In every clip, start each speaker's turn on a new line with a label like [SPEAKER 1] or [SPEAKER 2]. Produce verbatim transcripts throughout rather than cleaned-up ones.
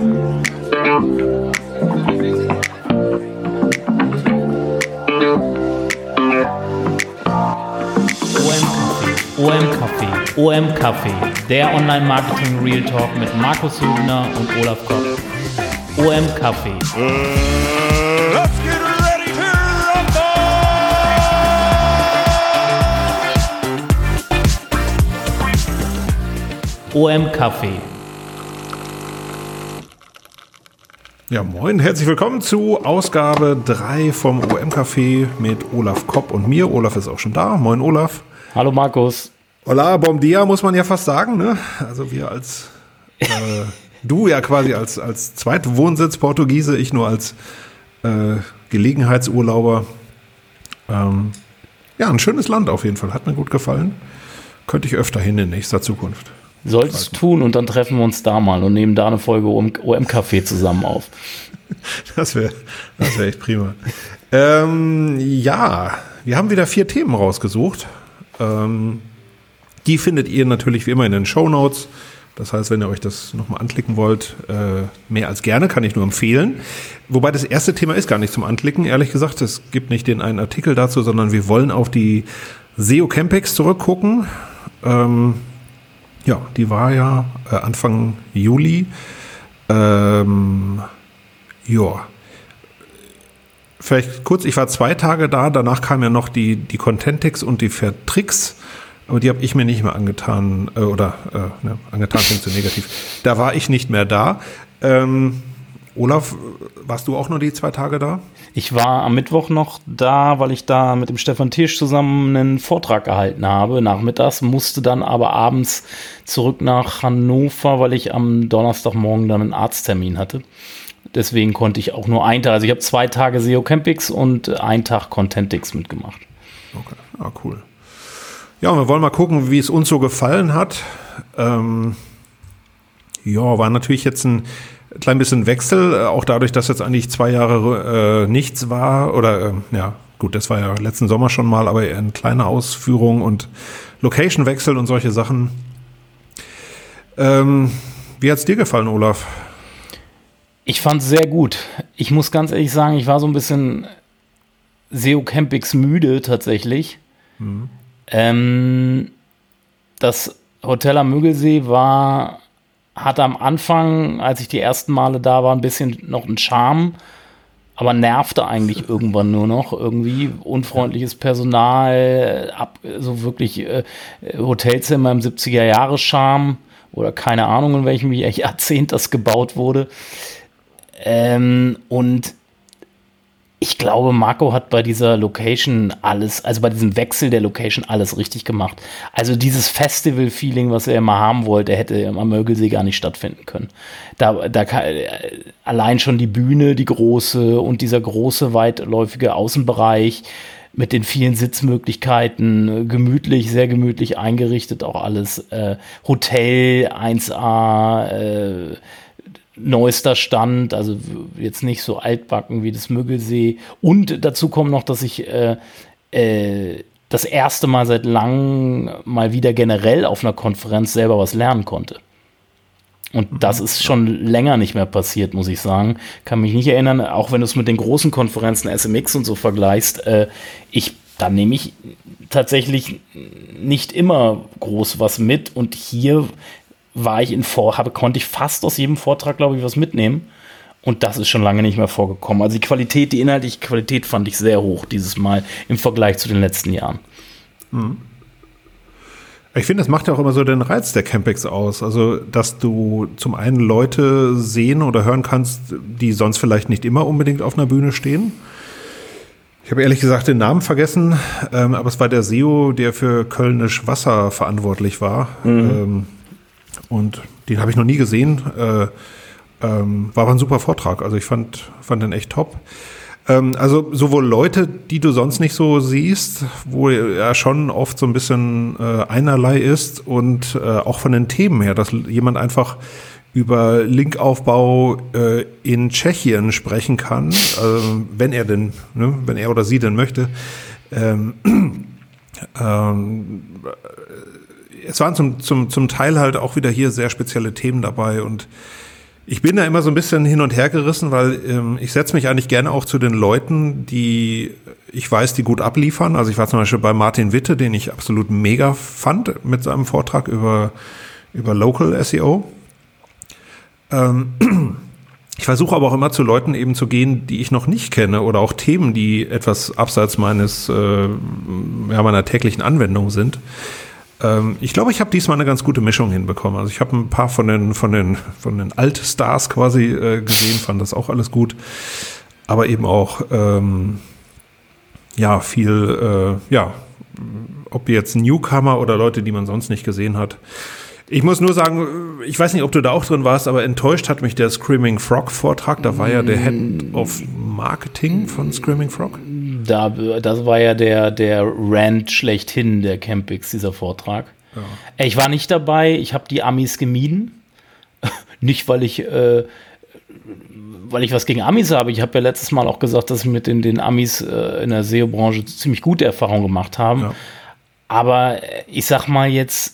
[SPEAKER 1] O M-Café, O M-Café, der Online-Marketing Real Talk mit Markus Hübner und Olaf Kopp. O M-Café.
[SPEAKER 2] Uh, let's get ready to rumble!
[SPEAKER 1] O M-Café.
[SPEAKER 3] Ja, moin, herzlich willkommen zu Ausgabe drei vom O M-Café mit Olaf Kopp und mir. Olaf ist auch schon da. Moin, Olaf.
[SPEAKER 1] Hallo, Markus.
[SPEAKER 3] Hola, bom dia, muss man ja fast sagen, ne? Also wir als, äh, du ja quasi als, als Zweitwohnsitz Portugiese, ich nur als äh, Gelegenheitsurlauber. Ähm, ja, ein schönes Land auf jeden Fall, hat mir gut gefallen. Könnte ich öfter hin in nächster Zukunft.
[SPEAKER 1] Solltest du tun und dann treffen wir uns da mal und nehmen da eine Folge O M-Café zusammen auf.
[SPEAKER 3] Das wäre das wär echt prima. ähm, ja, wir haben wieder vier Themen rausgesucht. Ähm, die findet ihr natürlich wie immer in den Shownotes. Das heißt, wenn ihr euch das nochmal anklicken wollt, äh, mehr als gerne, kann ich nur empfehlen. Wobei das erste Thema ist gar nicht zum Anklicken, ehrlich gesagt. Es gibt nicht den einen Artikel dazu, sondern wir wollen auf die S E O Campix zurückgucken. Ähm, ja, die war ja äh, Anfang Juli. Ähm, ja. Vielleicht kurz, ich war zwei Tage da, danach kamen ja noch die, die Contentix und die Vertrix, aber die habe ich mir nicht mehr angetan, äh, oder äh, ne, angetan klingt so negativ. Da war ich nicht mehr da. Ähm, Olaf, warst du auch nur die zwei Tage da?
[SPEAKER 1] Ich war am Mittwoch noch da, weil ich da mit dem Stefan Tisch zusammen einen Vortrag gehalten habe, nachmittags, musste dann aber abends zurück nach Hannover, weil ich am Donnerstagmorgen dann einen Arzttermin hatte. Deswegen konnte ich auch nur einen Tag, also ich habe zwei Tage S E O Campix und einen Tag Contentix mitgemacht.
[SPEAKER 3] Okay, ah, cool. Ja, wir wollen mal gucken, wie es uns so gefallen hat. Ähm, ja, war natürlich jetzt ein klein bisschen Wechsel, äh, auch dadurch, dass jetzt eigentlich zwei Jahre äh, nichts war. Oder, äh, ja, gut, das war ja letzten Sommer schon mal, aber eine kleine Ausführung und Location-Wechsel und solche Sachen. Ähm, wie hat's dir gefallen, Olaf?
[SPEAKER 1] Ich fand es sehr gut. Ich muss ganz ehrlich sagen, ich war so ein bisschen S E O Campix müde tatsächlich. Mhm. Ähm, das Hotel am Müggelsee war, hatte am Anfang, als ich die ersten Male da war, ein bisschen noch einen Charme, aber nervte eigentlich irgendwann nur noch. Irgendwie unfreundliches Personal, ab, so wirklich äh, Hotelzimmer im siebziger-Jahre-Charme oder keine Ahnung, in welchem Jahrzehnt das gebaut wurde. Ähm, und ich glaube, Marco hat bei dieser Location alles, also bei diesem Wechsel der Location alles richtig gemacht. Also dieses Festival-Feeling, was er immer haben wollte, hätte am Mögelsee gar nicht stattfinden können. Da, da kann, allein schon die Bühne, die große und dieser große, weitläufige Außenbereich mit den vielen Sitzmöglichkeiten, gemütlich, sehr gemütlich eingerichtet, auch alles. Äh, Hotel eins A, äh, neuester Stand, also jetzt nicht so altbacken wie das Müggelsee. Und dazu kommt noch, dass ich äh, äh, das erste Mal seit langem mal wieder generell auf einer Konferenz selber was lernen konnte. Und mhm. das ist schon länger nicht mehr passiert, muss ich sagen. Kann mich nicht erinnern, auch wenn du es mit den großen Konferenzen S M X und so vergleichst, äh, ich, da nehme ich tatsächlich nicht immer groß was mit. Und hier war ich in Vor, habe, konnte ich fast aus jedem Vortrag, glaube ich, was mitnehmen. Und das ist schon lange nicht mehr vorgekommen. Also die Qualität, die inhaltliche Qualität fand ich sehr hoch dieses Mal im Vergleich zu den letzten Jahren.
[SPEAKER 3] Mhm. Ich finde, das macht ja auch immer so den Reiz der Campix aus. Also, dass du zum einen Leute sehen oder hören kannst, die sonst vielleicht nicht immer unbedingt auf einer Bühne stehen. Ich habe ehrlich gesagt den Namen vergessen, ähm, aber es war der S E O, der für Kölnisch Wasser verantwortlich war. Mhm. Ähm, Und den habe ich noch nie gesehen. Äh, ähm, war aber ein super Vortrag. Also ich fand, fand den echt top. Ähm, also sowohl Leute, die du sonst nicht so siehst, wo er schon oft so ein bisschen äh, einerlei ist und äh, auch von den Themen her, dass jemand einfach über Linkaufbau äh, in Tschechien sprechen kann, äh, wenn er denn, ne, wenn er oder sie denn möchte. Ähm, ähm, es waren zum, zum, zum Teil halt auch wieder hier sehr spezielle Themen dabei und Ich bin da immer so ein bisschen hin und her gerissen, weil ähm, ich setze mich eigentlich gerne auch zu den Leuten, die ich weiß, die gut abliefern. Also ich war zum Beispiel bei Martin Witte, den ich absolut mega fand mit seinem Vortrag über, über Local S E O. Ähm, ich versuche aber auch immer zu Leuten eben zu gehen, die ich noch nicht kenne oder auch Themen, die etwas abseits meines äh, ja, meiner täglichen Anwendung sind. Ich glaube, ich habe diesmal eine ganz gute Mischung hinbekommen. Also ich habe ein paar von den von den von den Altstars quasi äh, gesehen, fand das auch alles gut, aber eben auch ähm, ja viel äh, ja, ob jetzt Newcomer oder Leute, die man sonst nicht gesehen hat. Ich muss nur sagen, ich weiß nicht, ob du da auch drin warst, aber enttäuscht hat mich der Screaming Frog Vortrag. Da war ja der Head of Marketing von Screaming Frog.
[SPEAKER 1] Da, das war ja der, der Rant schlechthin, der Campix, dieser Vortrag. Ja. Ich war nicht dabei, ich habe die Amis gemieden. Nicht, weil ich, äh, weil ich was gegen Amis habe. Ich habe ja letztes Mal auch gesagt, dass wir mit den, den Amis äh, in der S E O-Branche ziemlich gute Erfahrungen gemacht haben. Ja. Aber ich sag mal jetzt,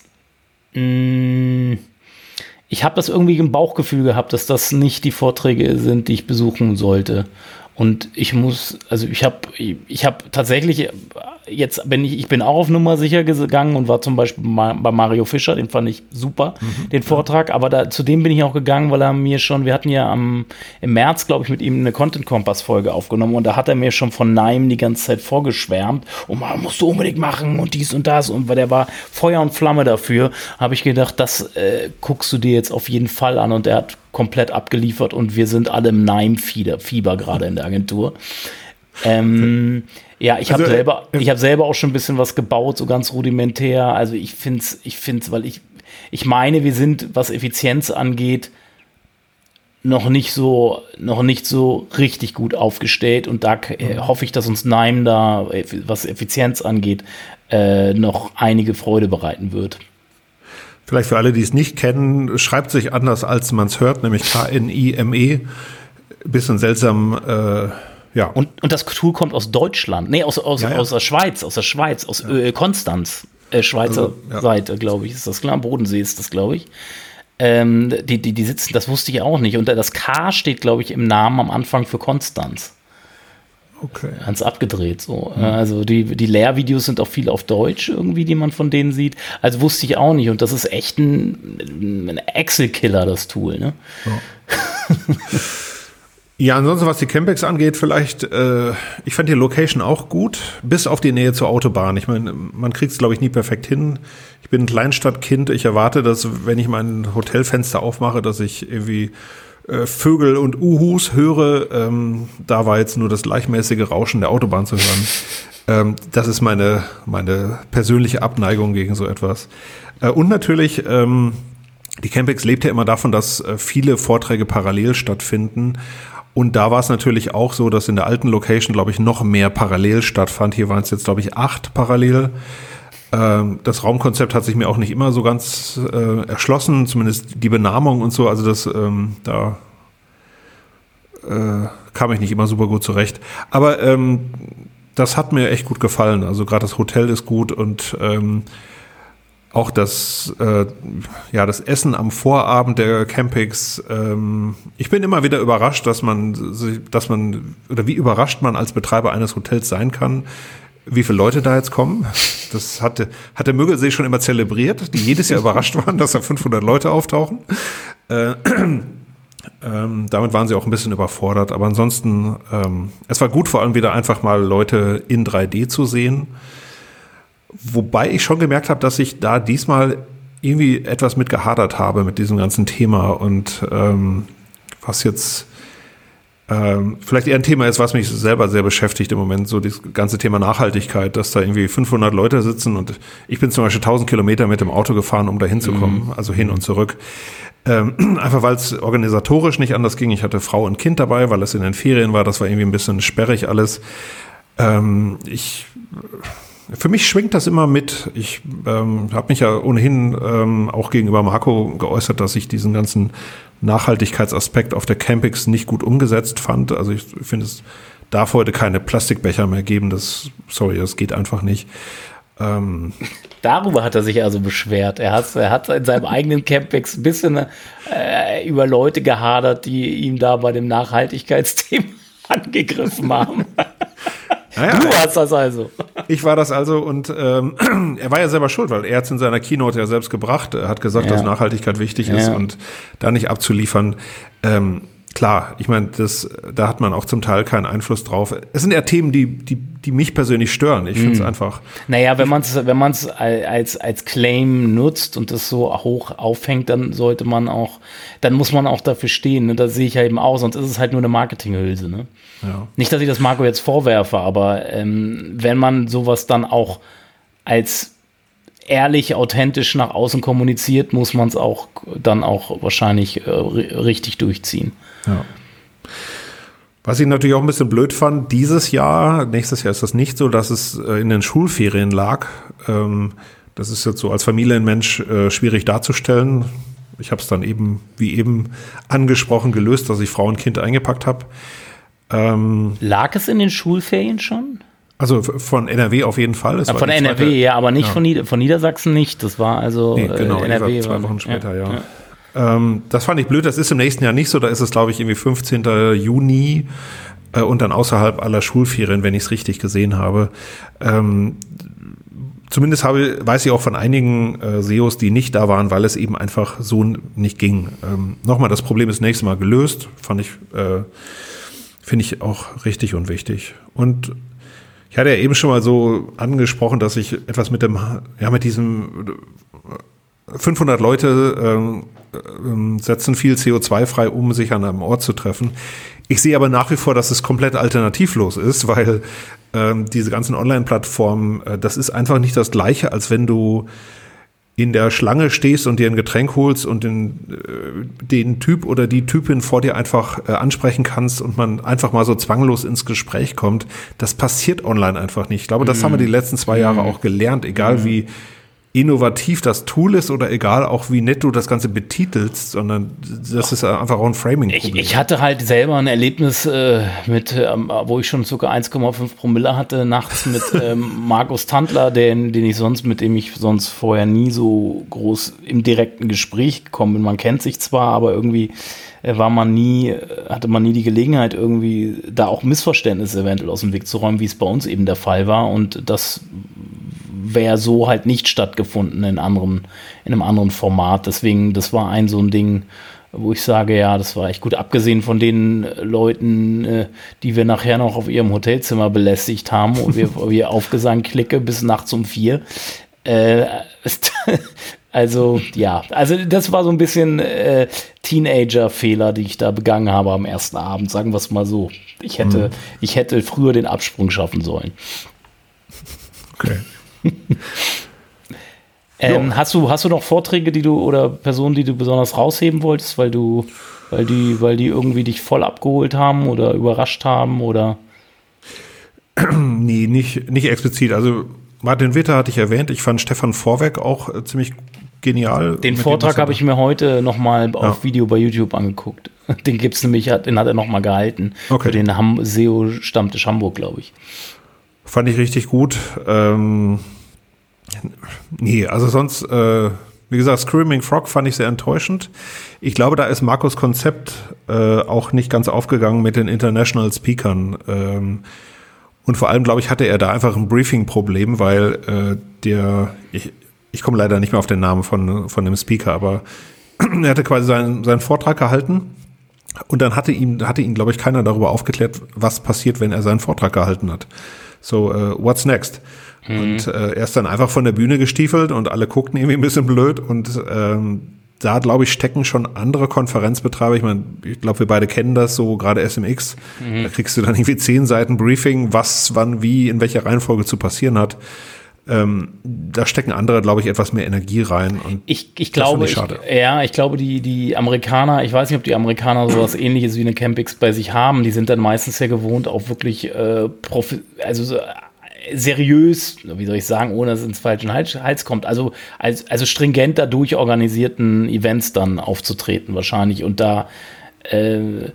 [SPEAKER 1] mh, ich habe das irgendwie im Bauchgefühl gehabt, dass das nicht die Vorträge sind, die ich besuchen sollte. Und ich muss, also ich habe ich hab tatsächlich, jetzt bin ich, ich bin auch auf Nummer sicher gegangen und war zum Beispiel bei Mario Fischer, den fand ich super, mhm, den Vortrag, aber da, zu dem bin ich auch gegangen, weil er mir schon, wir hatten ja am, im März, glaube ich, mit ihm eine Content-Kompass-Folge aufgenommen und da hat er mir schon von Nime die ganze Zeit vorgeschwärmt und man musst du unbedingt machen und dies und das und weil der war Feuer und Flamme dafür, habe ich gedacht, das äh, guckst du dir jetzt auf jeden Fall an und er hat komplett abgeliefert und wir sind alle im Nime-Fieber gerade in der Agentur. Ähm, ja, ich habe also, selber, ich habe selber auch schon ein bisschen was gebaut, so ganz rudimentär. Also ich finde es, ich finde es, weil ich, ich meine, wir sind, was Effizienz angeht, noch nicht so, noch nicht so richtig gut aufgestellt und da äh, hoffe ich, dass uns Nime da, was Effizienz angeht, äh, noch einige Freude bereiten wird.
[SPEAKER 3] Vielleicht für alle, die es nicht kennen, schreibt sich anders, als man es hört, nämlich K N I M E. Bisschen seltsam, äh, ja.
[SPEAKER 1] Und, und das Tool kommt aus Deutschland, nee, aus, aus, ja, ja. aus der Schweiz, aus der Schweiz, aus ja. äh, Konstanz, äh, Schweizer also, ja. Seite, glaube ich, ist das klar, Bodensee ist das, glaube ich. Ähm, die, die, die sitzen, das wusste ich auch nicht. Und das K steht, glaube ich, im Namen am Anfang für Konstanz.
[SPEAKER 3] Okay.
[SPEAKER 1] Ganz abgedreht so. Mhm. Also die, die Lehrvideos sind auch viel auf Deutsch irgendwie, die man von denen sieht. Also wusste ich auch nicht. Und das ist echt ein, ein Excel-Killer, das Tool. Ne?
[SPEAKER 3] Ja. Ja, ansonsten, was die Campings angeht, vielleicht, äh, ich fand die Location auch gut, bis auf die Nähe zur Autobahn. Ich meine, man kriegt es, glaube ich, nie perfekt hin. Ich bin ein Kleinstadtkind. Ich erwarte, dass, wenn ich mein Hotelfenster aufmache, dass ich irgendwie äh, Vögel und Uhus höre. Ähm, da war jetzt nur das gleichmäßige Rauschen der Autobahn zu hören. Ähm, das ist meine, meine persönliche Abneigung gegen so etwas. Äh, und natürlich, ähm, die Campings lebt ja immer davon, dass äh, viele Vorträge parallel stattfinden. Und da war es natürlich auch so, dass in der alten Location, glaube ich, noch mehr parallel stattfand. Hier waren es jetzt, glaube ich, acht parallel. Ähm, das Raumkonzept hat sich mir auch nicht immer so ganz äh, erschlossen, zumindest die Benamung und so. Also das, ähm, da äh, kam ich nicht immer super gut zurecht. Aber ähm, das hat mir echt gut gefallen. Also gerade das Hotel ist gut und ähm, auch das, äh, ja, das Essen am Vorabend der Campings. Ähm, ich bin immer wieder überrascht, dass man, dass man, oder wie überrascht man als Betreiber eines Hotels sein kann, wie viele Leute da jetzt kommen. Das hatte, hat der Müggelsee schon immer zelebriert, die jedes Jahr überrascht waren, dass da fünfhundert Leute auftauchen. Äh, ähm, damit waren sie auch ein bisschen überfordert. Aber ansonsten, ähm, es war gut, vor allem wieder einfach mal Leute in drei D zu sehen. Wobei ich schon gemerkt habe, dass ich da diesmal irgendwie etwas mit gehadert habe mit diesem ganzen Thema und ähm, was jetzt ähm, vielleicht eher ein Thema ist, was mich selber sehr beschäftigt im Moment, so das ganze Thema Nachhaltigkeit, dass da irgendwie fünfhundert Leute sitzen und ich bin zum Beispiel tausend Kilometer mit dem Auto gefahren, um da hinzukommen, mhm. also hin und zurück. Ähm, einfach weil es organisatorisch nicht anders ging. Ich hatte Frau und Kind dabei, weil es in den Ferien war, das war irgendwie ein bisschen sperrig alles. Ähm, ich Für mich schwingt das immer mit. Ich ähm, habe mich ja ohnehin ähm, auch gegenüber Marco geäußert, dass ich diesen ganzen Nachhaltigkeitsaspekt auf der Campix nicht gut umgesetzt fand. Also ich finde, es darf heute keine Plastikbecher mehr geben. Das, sorry, das geht einfach nicht. Ähm,
[SPEAKER 1] Darüber hat er sich also beschwert. Er hat, er hat in seinem eigenen Campix ein bisschen äh, über Leute gehadert, die ihm da bei dem Nachhaltigkeitsthema angegriffen haben.
[SPEAKER 3] Naja,
[SPEAKER 1] du warst das also.
[SPEAKER 3] Ich war das also und ähm, er war ja selber schuld, weil er hat es in seiner Keynote ja selbst gebracht. Er hat gesagt, ja. dass Nachhaltigkeit wichtig ist ja. und da nicht abzuliefern. Ähm, klar, ich meine, das, da hat man auch zum Teil keinen Einfluss drauf. Es sind eher Themen, die, die, die mich persönlich stören. Ich finde es mhm. einfach.
[SPEAKER 1] Naja, wenn man es wenn man's als, als Claim nutzt und das so hoch aufhängt, dann sollte man auch, dann muss man auch dafür stehen. Ne? Das sehe ich ja eben auch, sonst ist es halt nur eine Marketinghülse. Ne? Ja. Nicht, dass ich das Marco jetzt vorwerfe, aber ähm, wenn man sowas dann auch als ehrlich, authentisch nach außen kommuniziert, muss man es auch dann auch wahrscheinlich äh, richtig durchziehen.
[SPEAKER 3] Ja. Was ich natürlich auch ein bisschen blöd fand, dieses Jahr, nächstes Jahr ist das nicht so, dass es äh, in den Schulferien lag. Ähm, das ist jetzt so als Familienmensch äh, schwierig darzustellen. Ich habe es dann eben, wie eben angesprochen, gelöst, dass ich Frau und Kind eingepackt habe. Ähm,
[SPEAKER 1] lag es in den Schulferien schon?
[SPEAKER 3] Also von N R W auf jeden Fall. Es
[SPEAKER 1] ja,
[SPEAKER 3] war
[SPEAKER 1] von N R W, zweite, ja, aber nicht ja. von, Nieder- von Niedersachsen nicht. Das war also
[SPEAKER 3] nee, genau,
[SPEAKER 1] äh, N R W.
[SPEAKER 3] Zwei Wochen später, ja. ja. ja. Ähm, das fand ich blöd. Das ist im nächsten Jahr nicht so. Da ist es, glaube ich, irgendwie fünfzehnten Juni äh, und dann außerhalb aller Schulferien, wenn ich es richtig gesehen habe. Ähm, zumindest habe, weiß ich auch von einigen äh, S E Os, die nicht da waren, weil es eben einfach so nicht ging. Ähm, Nochmal, das Problem ist nächstes Mal gelöst. Fand ich, äh, finde ich auch richtig und wichtig. Und ich hatte ja eben schon mal so angesprochen, dass ich etwas mit dem, ja, mit diesem fünfhundert Leute äh, setzen viel C O zwei frei, um sich an einem Ort zu treffen. Ich sehe aber nach wie vor, dass es komplett alternativlos ist, weil äh, diese ganzen Online-Plattformen, äh, das ist einfach nicht das Gleiche, als wenn du in der Schlange stehst und dir ein Getränk holst und den, äh, den Typ oder die Typin vor dir einfach äh, ansprechen kannst und man einfach mal so zwanglos ins Gespräch kommt. Das passiert online einfach nicht. Ich glaube, das mm. haben wir die letzten zwei Jahre auch gelernt, egal mm. wie innovativ das Tool ist oder egal auch wie nett du das Ganze betitelst, sondern das ist einfach auch ein Framing-Problem.
[SPEAKER 1] Ich, ich hatte halt selber ein Erlebnis äh, mit, ähm, wo ich schon sogar eins Komma fünf Promille hatte, nachts mit ähm, Markus Tandler, den, den ich sonst, mit dem ich sonst vorher nie so groß im direkten Gespräch gekommen bin. Man kennt sich zwar, aber irgendwie war man nie, hatte man nie die Gelegenheit, irgendwie da auch Missverständnisse eventuell aus dem Weg zu räumen, wie es bei uns eben der Fall war. Und das wäre so halt nicht stattgefunden in anderen, in einem anderen Format. Deswegen, das war ein so ein Ding, wo ich sage, ja, das war echt gut. Abgesehen von den Leuten, äh, die wir nachher noch auf ihrem Hotelzimmer belästigt haben und wir, wir Aufgesang klicke bis nachts um vier. Äh, also, ja, also das war so ein bisschen äh, Teenager-Fehler, die ich da begangen habe am ersten Abend, sagen wir es mal so. Ich hätte, mhm. ich hätte früher den Absprung schaffen sollen.
[SPEAKER 3] Okay.
[SPEAKER 1] ähm, hast du, hast du noch Vorträge, die du oder Personen, die du besonders rausheben wolltest, weil du, weil die, weil die irgendwie dich voll abgeholt haben oder überrascht haben oder?
[SPEAKER 3] Nee, nicht, nicht explizit. Also Martin Witter hatte ich erwähnt. Ich fand Stefan Vorwerk auch äh, ziemlich genial.
[SPEAKER 1] Den Vortrag habe ich mir heute nochmal auf ja. Video bei YouTube angeguckt. Den gibt's nämlich, den hat er nochmal gehalten.
[SPEAKER 3] Okay.
[SPEAKER 1] Für den Ham- S E O-Stammtisch Hamburg, glaube ich.
[SPEAKER 3] Fand ich richtig gut. Ähm, nee, also sonst, äh, wie gesagt, Screaming Frog fand ich sehr enttäuschend. Ich glaube, da ist Markus Konzept äh, auch nicht ganz aufgegangen mit den International Speakern. Ähm, und vor allem, glaube ich, hatte er da einfach ein Briefing-Problem, weil äh, der, ich, ich komme leider nicht mehr auf den Namen von, von dem Speaker, aber er hatte quasi seinen, seinen Vortrag gehalten. Und dann hatte ihn, hatte ihn, glaube ich, keiner darüber aufgeklärt, was passiert, wenn er seinen Vortrag gehalten hat. So, uh, what's next? Mhm. Und äh, er ist dann einfach von der Bühne gestiefelt und alle guckten irgendwie ein bisschen blöd. Und ähm, da, glaube ich, stecken schon andere Konferenzbetreiber. Ich meine, ich glaube, wir beide kennen das so, gerade S M X. Mhm. Da kriegst du dann irgendwie zehn Seiten Briefing, was, wann, wie, in welcher Reihenfolge zu passieren hat. Ähm, da stecken andere, glaube ich, etwas mehr Energie rein. Und
[SPEAKER 1] ich, ich glaube, ich, ja, ich glaube, die, die Amerikaner, ich weiß nicht, ob die Amerikaner sowas Ähnliches wie eine Campix bei sich haben. Die sind dann meistens ja gewohnt, auch wirklich äh, profi- also so, äh, seriös, wie soll ich sagen, ohne dass es ins falsche Hals, Hals kommt. Also, als, also stringent dadurch organisierten Events dann aufzutreten wahrscheinlich und da Äh,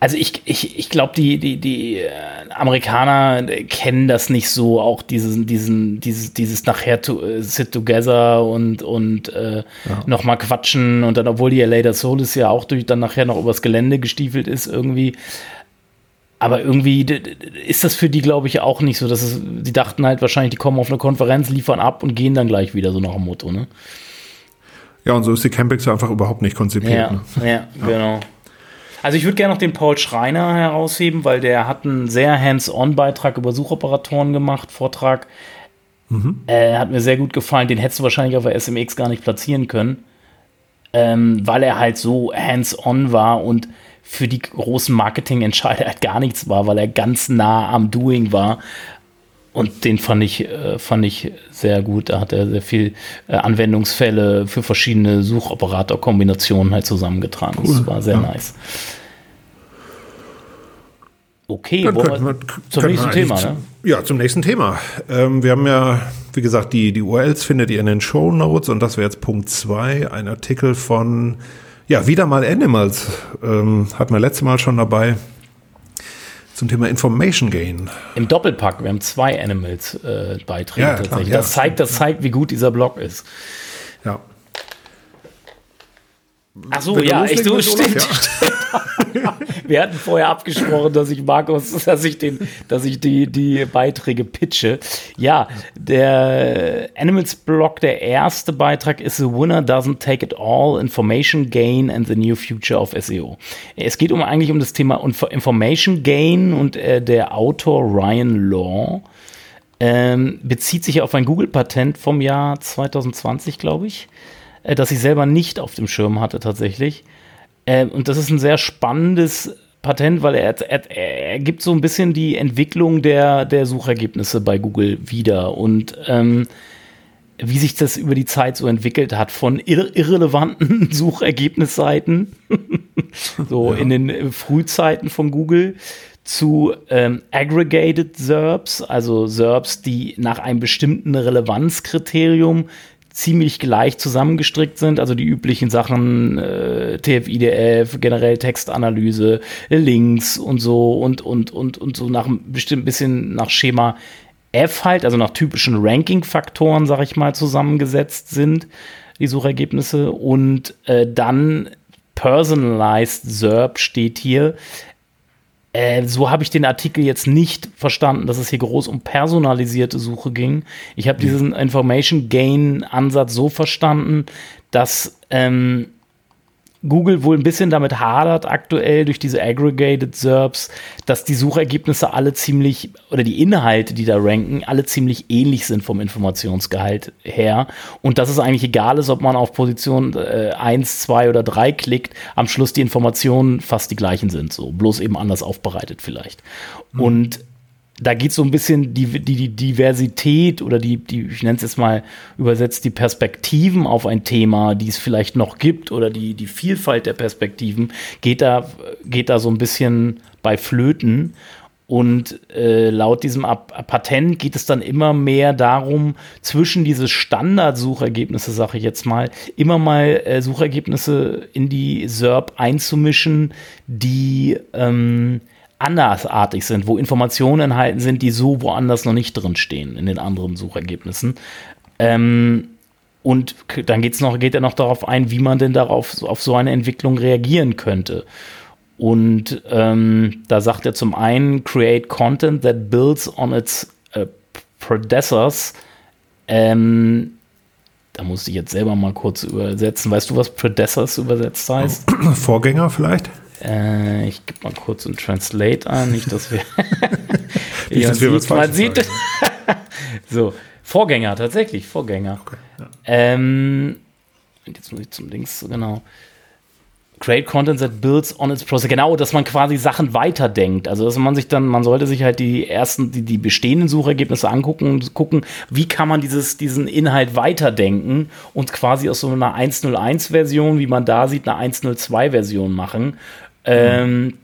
[SPEAKER 1] Also ich, ich, ich glaube, die, die, die Amerikaner kennen das nicht so, auch diesen, diesen, dieses, dieses nachher to, uh, sit together und, und äh, ja. nochmal quatschen und dann, obwohl die L A der Soul ist ja auch durch dann nachher noch übers Gelände gestiefelt ist irgendwie. Aber irgendwie ist das für die, glaube ich, auch nicht so, dass es, die dachten halt wahrscheinlich, die kommen auf eine Konferenz, liefern ab und gehen dann gleich wieder, so nach dem Motto, ne?
[SPEAKER 3] Ja, und so ist die Campix einfach überhaupt nicht konzipiert.
[SPEAKER 1] Ja,
[SPEAKER 3] ne?
[SPEAKER 1] ja, ja, genau. Also ich würde gerne noch den Paul Schreiner herausheben, weil der hat einen sehr hands-on-Beitrag über Suchoperatoren gemacht, Vortrag. Mhm. Äh, hat mir sehr gut gefallen. Den hättest du wahrscheinlich auf der S M X gar nicht platzieren können, ähm, weil er halt so hands-on war und für die großen Marketingentscheider halt gar nichts war, weil er ganz nah am Doing war. Und den fand ich, äh, fand ich sehr gut. Da hat er sehr viel äh, Anwendungsfälle für verschiedene Suchoperator-Kombinationen halt zusammengetragen. Cool. Das war sehr ja. nice. Okay,
[SPEAKER 3] Dann
[SPEAKER 1] wir
[SPEAKER 3] wir,
[SPEAKER 1] zum nächsten Thema,
[SPEAKER 3] zu,
[SPEAKER 1] ne?
[SPEAKER 3] Ja, zum nächsten Thema. Ähm, wir haben ja, wie gesagt, die, die U R Ls findet ihr in den Shownotes und das wäre jetzt Punkt zwei, ein Artikel von, ja, wieder mal Animals. Ähm, hatten wir letztes Mal schon dabei. Zum Thema Information Gain.
[SPEAKER 1] Im Doppelpack, wir haben zwei Animals-Beiträge äh,
[SPEAKER 3] ja,
[SPEAKER 1] tatsächlich.
[SPEAKER 3] Klar, ja,
[SPEAKER 1] das, zeigt, das zeigt, wie gut dieser Blog ist.
[SPEAKER 3] Ja.
[SPEAKER 1] Ach so, ja, echt so stimmt. Ja. Wir hatten vorher abgesprochen, dass ich Markus, dass ich den, dass ich die, die Beiträge pitche. Ja, der Animals Blog, der erste Beitrag ist The Winner Doesn't Take It All, Information Gain and the New Future of S E O. Es geht um eigentlich um das Thema Information Gain und äh, der Autor Ryan Law ähm, bezieht sich auf ein Google-Patent vom Jahr zwanzig zwanzig, glaube ich, äh, das ich selber nicht auf dem Schirm hatte tatsächlich. Ähm, und das ist ein sehr spannendes Patent, weil er, er, er gibt so ein bisschen die Entwicklung der, der Suchergebnisse bei Google wieder und ähm, wie sich das über die Zeit so entwickelt hat, von irre- irrelevanten Suchergebnisseiten, so ja. in den Frühzeiten von Google, zu ähm, Aggregated S E R Ps, also S E R Ps, die nach einem bestimmten Relevanzkriterium ziemlich gleich zusammengestrickt sind, also die üblichen Sachen, äh, T F I D F, generell Textanalyse, Links und so und, und, und, und so nach einem bestimmten bisschen nach Schema F halt, also nach typischen Ranking-Faktoren, sag ich mal, zusammengesetzt sind, die Suchergebnisse. Und äh, dann Personalized S E R P steht hier. Äh, so habe ich den Artikel jetzt nicht verstanden, dass es hier groß um personalisierte Suche ging. Ich habe mhm. diesen Information Gain Ansatz so verstanden, dass ähm, Google wohl ein bisschen damit hadert aktuell durch diese Aggregated S E R Ps, dass die Suchergebnisse alle ziemlich, oder die Inhalte, die da ranken, alle ziemlich ähnlich sind vom Informationsgehalt her. Und dass es eigentlich egal ist, ob man auf Position äh, eins, zwei oder drei klickt, am Schluss die Informationen fast die gleichen sind, so bloß eben anders aufbereitet vielleicht. Mhm. Und da geht so ein bisschen die, die, die Diversität oder die, die, ich nenne es jetzt mal übersetzt, die Perspektiven auf ein Thema, die es vielleicht noch gibt, oder die, die Vielfalt der Perspektiven, geht da, geht da so ein bisschen bei flöten. Und äh, laut diesem Ab- Patent geht es dann immer mehr darum, zwischen diese Standardsuchergebnisse, sage ich jetzt mal, immer mal äh, Suchergebnisse in die S E R P einzumischen, die ähm, andersartig sind, wo Informationen enthalten sind, die so woanders noch nicht drin stehen in den anderen Suchergebnissen. Ähm, und dann geht's noch, geht er noch darauf ein, wie man denn darauf auf so eine Entwicklung reagieren könnte. Und ähm, da sagt er zum einen, create content that builds on its uh, predecessors. Ähm, da musste ich jetzt selber mal kurz übersetzen. Weißt du, was predecessors übersetzt heißt?
[SPEAKER 3] Vorgänger vielleicht?
[SPEAKER 1] Äh, ich gebe mal kurz ein Translate an, nicht, dass wir
[SPEAKER 3] nicht, dass wir was
[SPEAKER 1] man sieht. So, Vorgänger, tatsächlich, Vorgänger. Okay, ja. ähm, jetzt muss ich zum Links, genau. Create Content that builds on its process. Genau, dass man quasi Sachen weiterdenkt. Also, dass man sich dann, man sollte sich halt die ersten, die, die bestehenden Suchergebnisse angucken und gucken, wie kann man dieses, diesen Inhalt weiterdenken und quasi aus so einer eins null eins Version, wie man da sieht, eine eins null zwei Version machen. Ähm,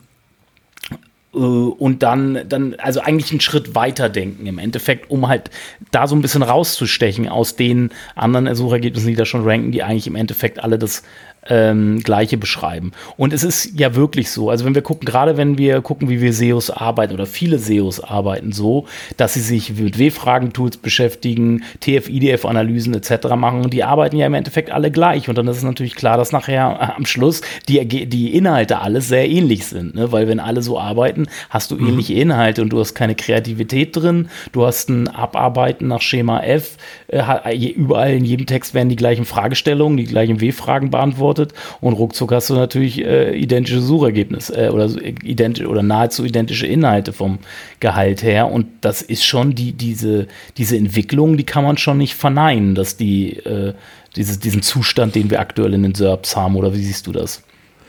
[SPEAKER 1] äh, und dann, dann, also eigentlich einen Schritt weiterdenken im Endeffekt, um halt da so ein bisschen rauszustechen aus den anderen Suchergebnissen, die da schon ranken, die eigentlich im Endeffekt alle das ähm, Gleiche beschreiben. Und es ist ja wirklich so, also wenn wir gucken, gerade wenn wir gucken, wie wir S E Os arbeiten oder viele S E Os arbeiten so, dass sie sich mit W-Fragen-Tools beschäftigen, T F I D F-Analysen et cetera machen und die arbeiten ja im Endeffekt alle gleich. Und dann ist es natürlich klar, dass nachher am Schluss die, die Inhalte alles sehr ähnlich sind, ne? Weil wenn alle so arbeiten, hast du mhm. ähnliche Inhalte und du hast keine Kreativität drin, du hast ein Abarbeiten nach Schema F, äh, überall in jedem Text werden die gleichen Fragestellungen, die gleichen W-Fragen beantwortet und ruckzuck hast du natürlich äh, identische Suchergebnisse äh, oder, ident- oder nahezu identische Inhalte vom Gehalt her und das ist schon die, diese, diese Entwicklung, die kann man schon nicht verneinen, dass die, äh, diese, diesen Zustand, den wir aktuell in den S E R Ps haben, oder wie siehst du das?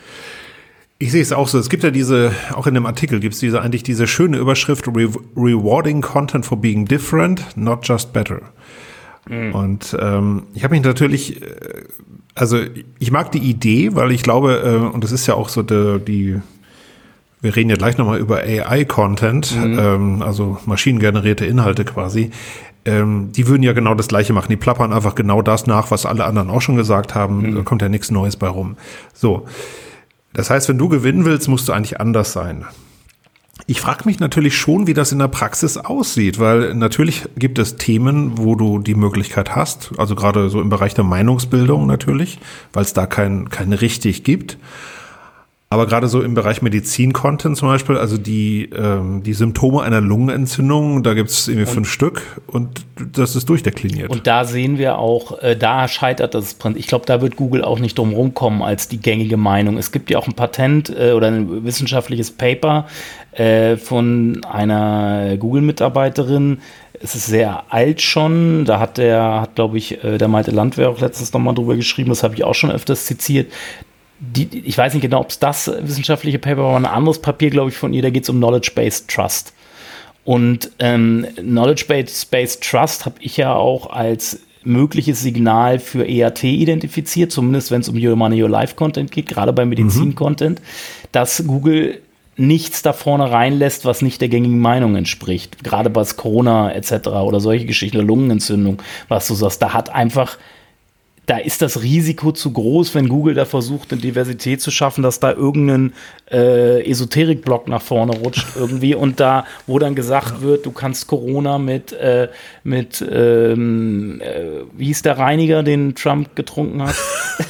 [SPEAKER 3] Ich sehe es auch so. Es gibt ja diese, auch in dem Artikel gibt es diese, eigentlich diese schöne Überschrift Re- Rewarding Content for being different, not just better. Mhm. Und ähm, ich habe mich natürlich, also ich mag die Idee, weil ich glaube, äh, und das ist ja auch so die, die wir reden ja gleich nochmal über A I-Content, mhm. ähm, also maschinengenerierte Inhalte quasi. Ähm, die würden ja genau das Gleiche machen. Die plappern einfach genau das nach, was alle anderen auch schon gesagt haben. Mhm. Da kommt ja nichts Neues bei rum. So. Das heißt, wenn du gewinnen willst, musst du eigentlich anders sein. Ich frage mich natürlich schon, wie das in der Praxis aussieht, weil natürlich gibt es Themen, wo du die Möglichkeit hast, also gerade so im Bereich der Meinungsbildung natürlich, weil es da kein, kein richtig gibt. Aber gerade so im Bereich Medizin-Content zum Beispiel, also die, ähm, die Symptome einer Lungenentzündung, da gibt es irgendwie und, fünf Stück und das ist durchdekliniert.
[SPEAKER 1] Und da sehen wir auch, äh, da scheitert das Prinzip. Ich glaube, da wird Google auch nicht drum rumkommen als die gängige Meinung. Es gibt ja auch ein Patent äh, oder ein wissenschaftliches Paper äh, von einer Google-Mitarbeiterin. Es ist sehr alt schon. Da hat der, hat glaube ich, äh, der Malte Landwehr auch letztens nochmal drüber geschrieben. Das habe ich auch schon öfters zitiert. Die, ich weiß nicht genau, ob es das wissenschaftliche Paper war, aber ein anderes Papier, glaube ich, von ihr, da geht es um Knowledge-Based Trust. Und ähm, Knowledge-Based Trust habe ich ja auch als mögliches Signal für E A T identifiziert, zumindest wenn es um Your Money, Your Life Content geht, gerade bei Medizin-Content, mhm. dass Google nichts da vorne reinlässt, was nicht der gängigen Meinung entspricht. Gerade bei Corona et cetera oder solche Geschichten, oder Lungenentzündung, was du sagst, da hat einfach da ist das Risiko zu groß, wenn Google da versucht, eine Diversität zu schaffen, dass da irgendein äh, Esoterik-Blog nach vorne rutscht irgendwie und da, wo dann gesagt ja. wird, du kannst Corona mit, äh, mit ähm, äh, wie hieß der Reiniger, den Trump getrunken hat?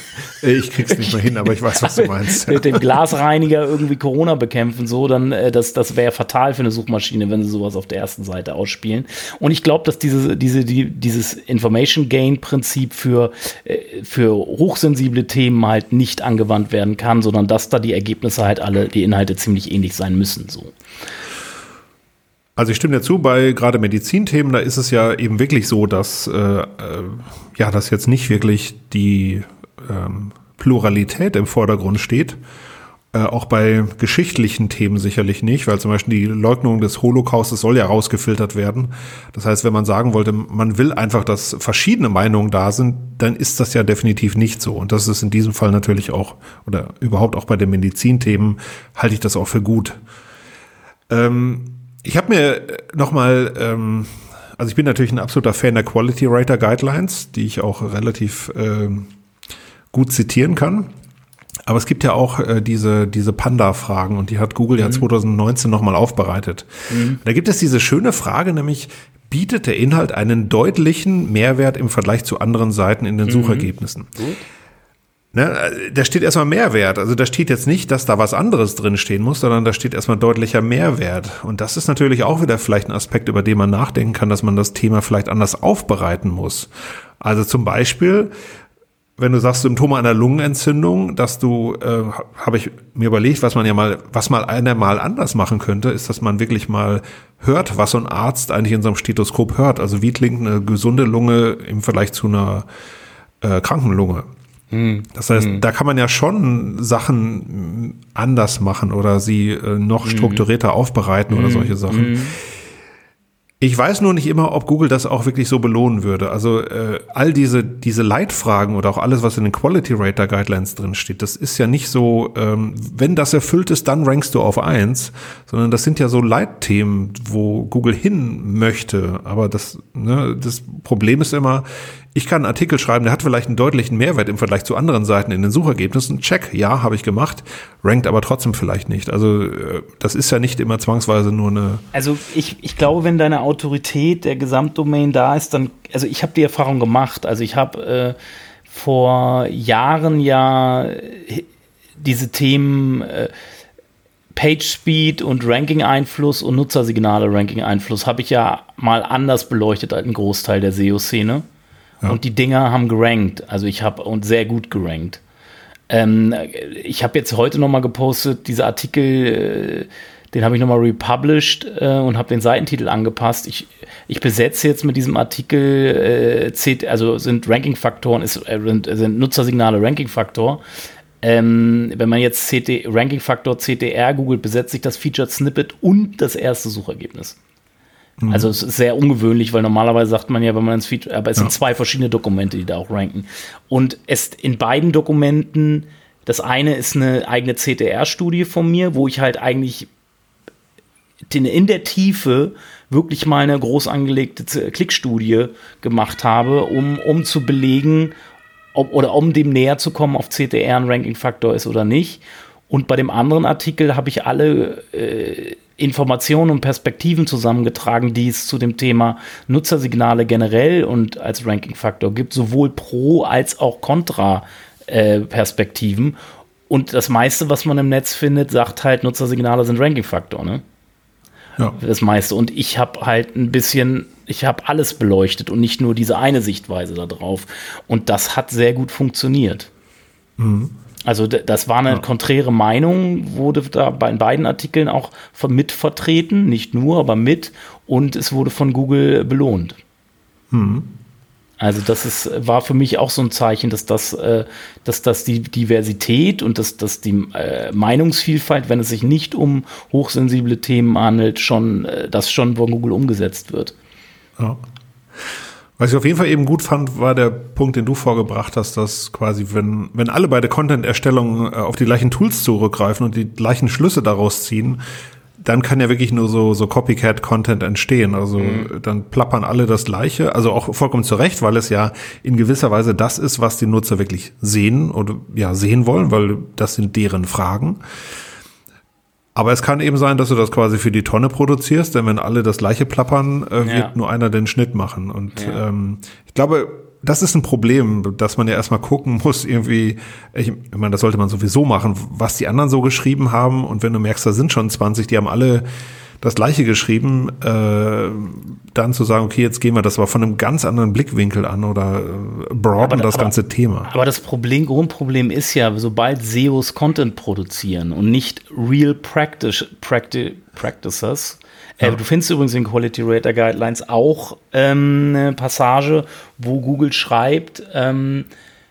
[SPEAKER 3] Ich krieg's nicht mehr hin, aber ich weiß, was du meinst.
[SPEAKER 1] Mit dem Glasreiniger irgendwie Corona bekämpfen, so, dann, äh, das, das wäre fatal für eine Suchmaschine, wenn sie sowas auf der ersten Seite ausspielen. Und ich glaube, dass diese, diese, die, dieses Information-Gain-Prinzip für, äh, für hochsensible Themen halt nicht angewandt werden kann, sondern dass da die Ergebnisse halt alle, die Inhalte ziemlich ähnlich sein müssen, so.
[SPEAKER 3] Also ich stimme dir zu, bei gerade Medizinthemen, da ist es ja eben wirklich so, dass, äh, äh, ja, dass jetzt nicht wirklich die ähm, Pluralität im Vordergrund steht. Äh, auch bei geschichtlichen Themen sicherlich nicht, weil zum Beispiel die Leugnung des Holocaustes soll ja rausgefiltert werden. Das heißt, wenn man sagen wollte, man will einfach, dass verschiedene Meinungen da sind, dann ist das ja definitiv nicht so. Und das ist in diesem Fall natürlich auch, oder überhaupt auch bei den Medizinthemen, halte ich das auch für gut. Ähm, ich habe mir nochmal, ähm, also ich bin natürlich ein absoluter Fan der Quality Writer Guidelines, die ich auch relativ ähm, gut zitieren kann. Aber es gibt ja auch äh, diese, diese Panda-Fragen und die hat Google mhm. ja zwanzig neunzehn nochmal aufbereitet. Mhm. Da gibt es diese schöne Frage, nämlich, bietet der Inhalt einen deutlichen Mehrwert im Vergleich zu anderen Seiten in den mhm. Suchergebnissen? Gut. Ne, da steht erstmal Mehrwert. Also da steht jetzt nicht, dass da was anderes drin stehen muss, sondern da steht erstmal deutlicher Mehrwert. Und das ist natürlich auch wieder vielleicht ein Aspekt, über den man nachdenken kann, dass man das Thema vielleicht anders aufbereiten muss. Also zum Beispiel, wenn du sagst, Symptome einer Lungenentzündung, dass du, äh, habe ich mir überlegt, was man ja mal, was mal einer mal anders machen könnte, ist, dass man wirklich mal hört, was so ein Arzt eigentlich in so einem Stethoskop hört. Also wie klingt eine gesunde Lunge im Vergleich zu einer äh, kranken Lunge. Das heißt, mhm. da kann man ja schon Sachen anders machen oder sie äh, noch mhm. strukturierter aufbereiten mhm. oder solche Sachen. Mhm. Ich weiß nur nicht immer, ob Google das auch wirklich so belohnen würde. Also äh, all diese diese Leitfragen oder auch alles, was in den Quality Rater Guidelines drin steht, das ist ja nicht so, ähm, wenn das erfüllt ist, dann rankst du auf eins, sondern das sind ja so Leitthemen, wo Google hin möchte. Aber das, ne, das Problem ist immer, ich kann einen Artikel schreiben, der hat vielleicht einen deutlichen Mehrwert im Vergleich zu anderen Seiten in den Suchergebnissen. Check, ja, habe ich gemacht, rankt aber trotzdem vielleicht nicht. Also das ist ja nicht immer zwangsweise nur eine...
[SPEAKER 1] Also ich, ich glaube, wenn deine Autorität der Gesamtdomain da ist, dann, also ich habe die Erfahrung gemacht, also ich habe äh, vor Jahren ja diese Themen äh, PageSpeed und Ranking-Einfluss und Nutzersignale Ranking-Einfluss habe ich ja mal anders beleuchtet als ein Großteil der S E O-Szene. Ja. Und die Dinger haben gerankt. Also ich habe und sehr gut gerankt. Ähm, ich habe jetzt heute noch mal gepostet, diese Artikel, äh, den habe ich noch mal republished äh, und habe den Seitentitel angepasst. Ich, ich besetze jetzt mit diesem Artikel, äh, C T, also sind Ranking-Faktoren, ist, äh, sind, sind Nutzersignale Ranking-Faktor. Ähm, wenn man jetzt C T, Ranking-Faktor C T R googelt, besetzt sich das Featured Snippet und das erste Suchergebnis. Mhm. Also es ist sehr ungewöhnlich, weil normalerweise sagt man ja, wenn man ins Feature, aber es ja. sind zwei verschiedene Dokumente, die da auch ranken. Und es in beiden Dokumenten, das eine ist eine eigene C T R-Studie von mir, wo ich halt eigentlich in der Tiefe wirklich mal eine groß angelegte Klickstudie gemacht habe, um, um zu belegen, ob, oder um dem näher zu kommen, ob C T R ein Ranking-Faktor ist oder nicht. Und bei dem anderen Artikel habe ich alle äh, Informationen und Perspektiven zusammengetragen, die es zu dem Thema Nutzersignale generell und als Ranking-Faktor gibt, sowohl Pro- als auch Kontra-Perspektiven. Äh, und das meiste, was man im Netz findet, sagt halt, Nutzersignale sind Ranking-Faktor, ne? Ja. Das meiste. Und ich habe halt ein bisschen, ich habe alles beleuchtet und nicht nur diese eine Sichtweise da drauf. Und das hat sehr gut funktioniert. Mhm. Also d- das war eine ja. konträre Meinung, wurde da bei in beiden Artikeln auch mit vertreten, nicht nur, aber mit. Und es wurde von Google belohnt. Mhm. Also das ist, war für mich auch so ein Zeichen, dass das, äh, dass das die Diversität und dass, dass die äh, Meinungsvielfalt, wenn es sich nicht um hochsensible Themen handelt, schon, äh, das schon von Google umgesetzt wird.
[SPEAKER 3] Ja. Was ich auf jeden Fall eben gut fand, war der Punkt, den du vorgebracht hast, dass quasi, wenn, wenn alle bei der Content-Erstellung äh, auf die gleichen Tools zurückgreifen und die gleichen Schlüsse daraus ziehen, dann kann ja wirklich nur so, so Copycat-Content entstehen. Also mhm. dann plappern alle das Gleiche. Also auch vollkommen zu Recht, weil es ja in gewisser Weise das ist, was die Nutzer wirklich sehen oder ja sehen wollen, weil das sind deren Fragen. Aber es kann eben sein, dass du das quasi für die Tonne produzierst, denn wenn alle das Gleiche plappern, äh, wird ja. nur einer den Schnitt machen. Und ja. ähm, ich glaube, das ist ein Problem, dass man ja erstmal gucken muss, irgendwie, ich, ich meine, das sollte man sowieso machen, was die anderen so geschrieben haben. Und wenn du merkst, da sind schon zwanzig, die haben alle das Gleiche geschrieben, äh, dann zu sagen, okay, jetzt gehen wir das aber von einem ganz anderen Blickwinkel an oder äh, broaden aber, das aber, ganze Thema.
[SPEAKER 1] Aber das Problem, Grundproblem ist ja, sobald S E Os Content produzieren und nicht Real Practice, Practi- Practices, ja. äh, du findest übrigens in Quality Rater Guidelines auch ähm, eine Passage, wo Google schreibt, ähm,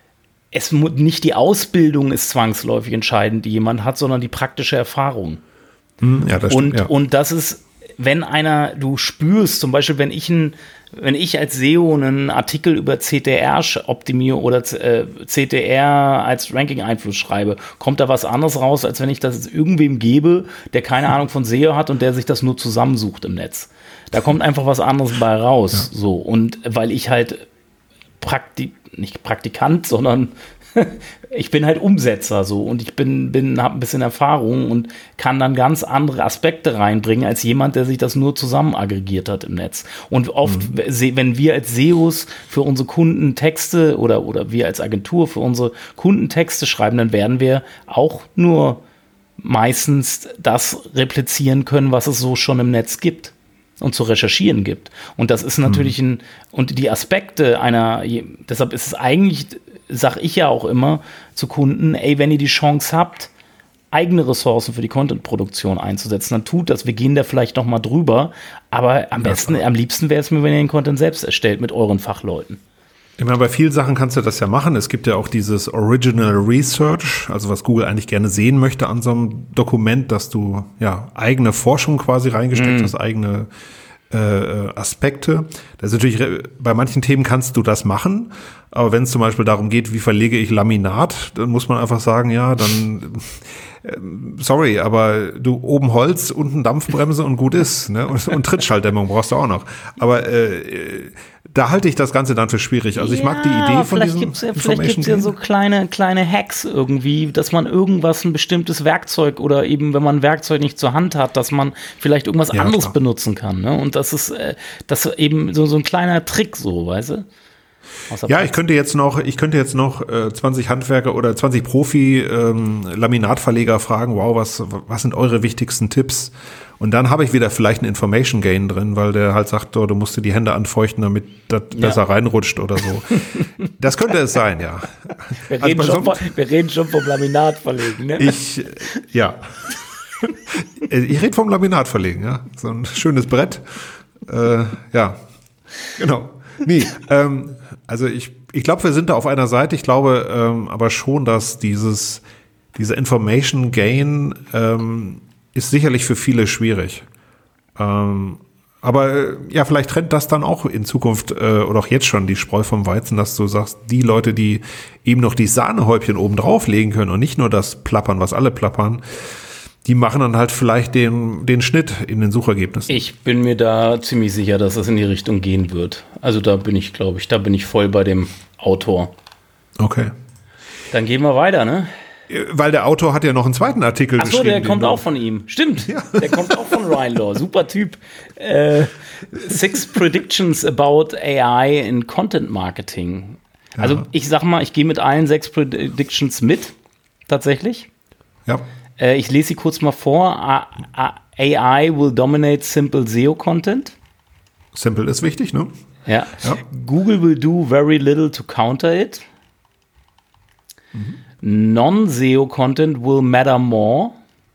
[SPEAKER 1] es mu- nicht die Ausbildung ist zwangsläufig entscheidend, die jemand hat, sondern die praktische Erfahrung. Ja, das stimmt, und, ja. und das ist, wenn einer, du spürst, zum Beispiel, wenn ich ein, wenn ich als S E O einen Artikel über C T R optimiere oder äh, C T R als Ranking-Einfluss schreibe, kommt da was anderes raus, als wenn ich das irgendwem gebe, der keine Ahnung von S E O hat und der sich das nur zusammensucht im Netz. Da kommt einfach was anderes bei raus. Ja. So. Und weil ich halt Praktik, nicht Praktikant, sondern ich bin halt Umsetzer so und ich bin, bin habe ein bisschen Erfahrung und kann dann ganz andere Aspekte reinbringen als jemand, der sich das nur zusammen aggregiert hat im Netz. Und oft, mhm. wenn wir als S E Os für unsere Kunden Texte oder, oder wir als Agentur für unsere Kunden Texte schreiben, dann werden wir auch nur meistens das replizieren können, was es so schon im Netz gibt und zu recherchieren gibt. Und das ist natürlich mhm. ein, und die Aspekte einer, deshalb ist es eigentlich, sag ich ja auch immer zu Kunden, ey, wenn ihr die Chance habt, eigene Ressourcen für die Content-Produktion einzusetzen, dann tut das. Wir gehen da vielleicht noch mal drüber, aber am besten, ja, am liebsten wäre es mir, wenn ihr den Content selbst erstellt mit euren Fachleuten.
[SPEAKER 3] Ich meine, bei vielen Sachen kannst du das ja machen. Es gibt ja auch dieses Original Research, also was Google eigentlich gerne sehen möchte an so einem Dokument, dass du ja eigene Forschung quasi reingesteckt mm. hast, eigene äh, Aspekte. Das ist natürlich, bei manchen Themen kannst du das machen, Aber wenn es zum Beispiel darum geht, wie verlege ich Laminat, dann muss man einfach sagen, ja, dann äh, sorry, aber du oben Holz, unten Dampfbremse und gut ist, ne? Und, und Trittschalldämmung brauchst du auch noch. Aber äh, da halte ich das Ganze dann für schwierig. Also ich
[SPEAKER 1] ja,
[SPEAKER 3] mag die Idee von diesem
[SPEAKER 1] gibt's ja, Vielleicht gibt es ja so kleine, kleine Hacks irgendwie, dass man irgendwas, ein bestimmtes Werkzeug oder eben, wenn man ein Werkzeug nicht zur Hand hat, dass man vielleicht irgendwas
[SPEAKER 3] ja,
[SPEAKER 1] anderes
[SPEAKER 3] klar.
[SPEAKER 1] benutzen kann. Ne? Und das ist, äh, das ist eben so, so ein kleiner Trick so, weißt du?
[SPEAKER 3] Ja, ich könnte jetzt noch, ich könnte jetzt noch äh, zwanzig Handwerker oder zwanzig Profi-Laminatverleger ähm, fragen, wow, was, was sind eure wichtigsten Tipps? Und dann habe ich wieder vielleicht einen Information Gain drin, weil der halt sagt, oh, du musst dir die Hände anfeuchten, damit das ja. besser reinrutscht oder so. Das könnte es sein, ja.
[SPEAKER 1] Wir reden, also schon, so, von, wir reden schon vom Laminatverlegen, ne?
[SPEAKER 3] Ich, ja. Ich rede vom Laminatverlegen, ja. So ein schönes Brett. Äh, ja, genau. Nee, ähm, also ich, ich glaube, wir sind da auf einer Seite. Ich glaube ähm, aber schon, dass dieses, dieser Information Gain ähm, ist sicherlich für viele schwierig. Ähm, aber äh, ja, vielleicht trennt das dann auch in Zukunft äh, oder auch jetzt schon die Spreu vom Weizen, dass du sagst, die Leute, die eben noch die Sahnehäubchen oben drauflegen können und nicht nur das Plappern, was alle plappern, die machen dann halt vielleicht den, den Schnitt in den Suchergebnissen.
[SPEAKER 1] Ich bin mir da ziemlich sicher, dass das in die Richtung gehen wird. Also da bin ich, glaube ich, da bin ich voll bei dem Autor.
[SPEAKER 3] Okay.
[SPEAKER 1] Dann gehen wir weiter, ne?
[SPEAKER 3] Weil der Autor hat ja noch einen zweiten Artikel
[SPEAKER 1] Ach so,
[SPEAKER 3] geschrieben.
[SPEAKER 1] der kommt auch von ihm. Stimmt, ja. Der kommt auch von Ryan Law. Super Typ. Äh, Six Predictions about A I in Content Marketing. Also ja. ich sag mal, ich gehe mit allen sechs Predictions mit, tatsächlich.
[SPEAKER 3] Ja.
[SPEAKER 1] Ich lese sie kurz mal vor. A I will dominate simple S E O-Content.
[SPEAKER 3] Simple ist wichtig, ne?
[SPEAKER 1] Ja. ja. Google will do very little to counter it. Mhm. Non-S E O-Content will matter more.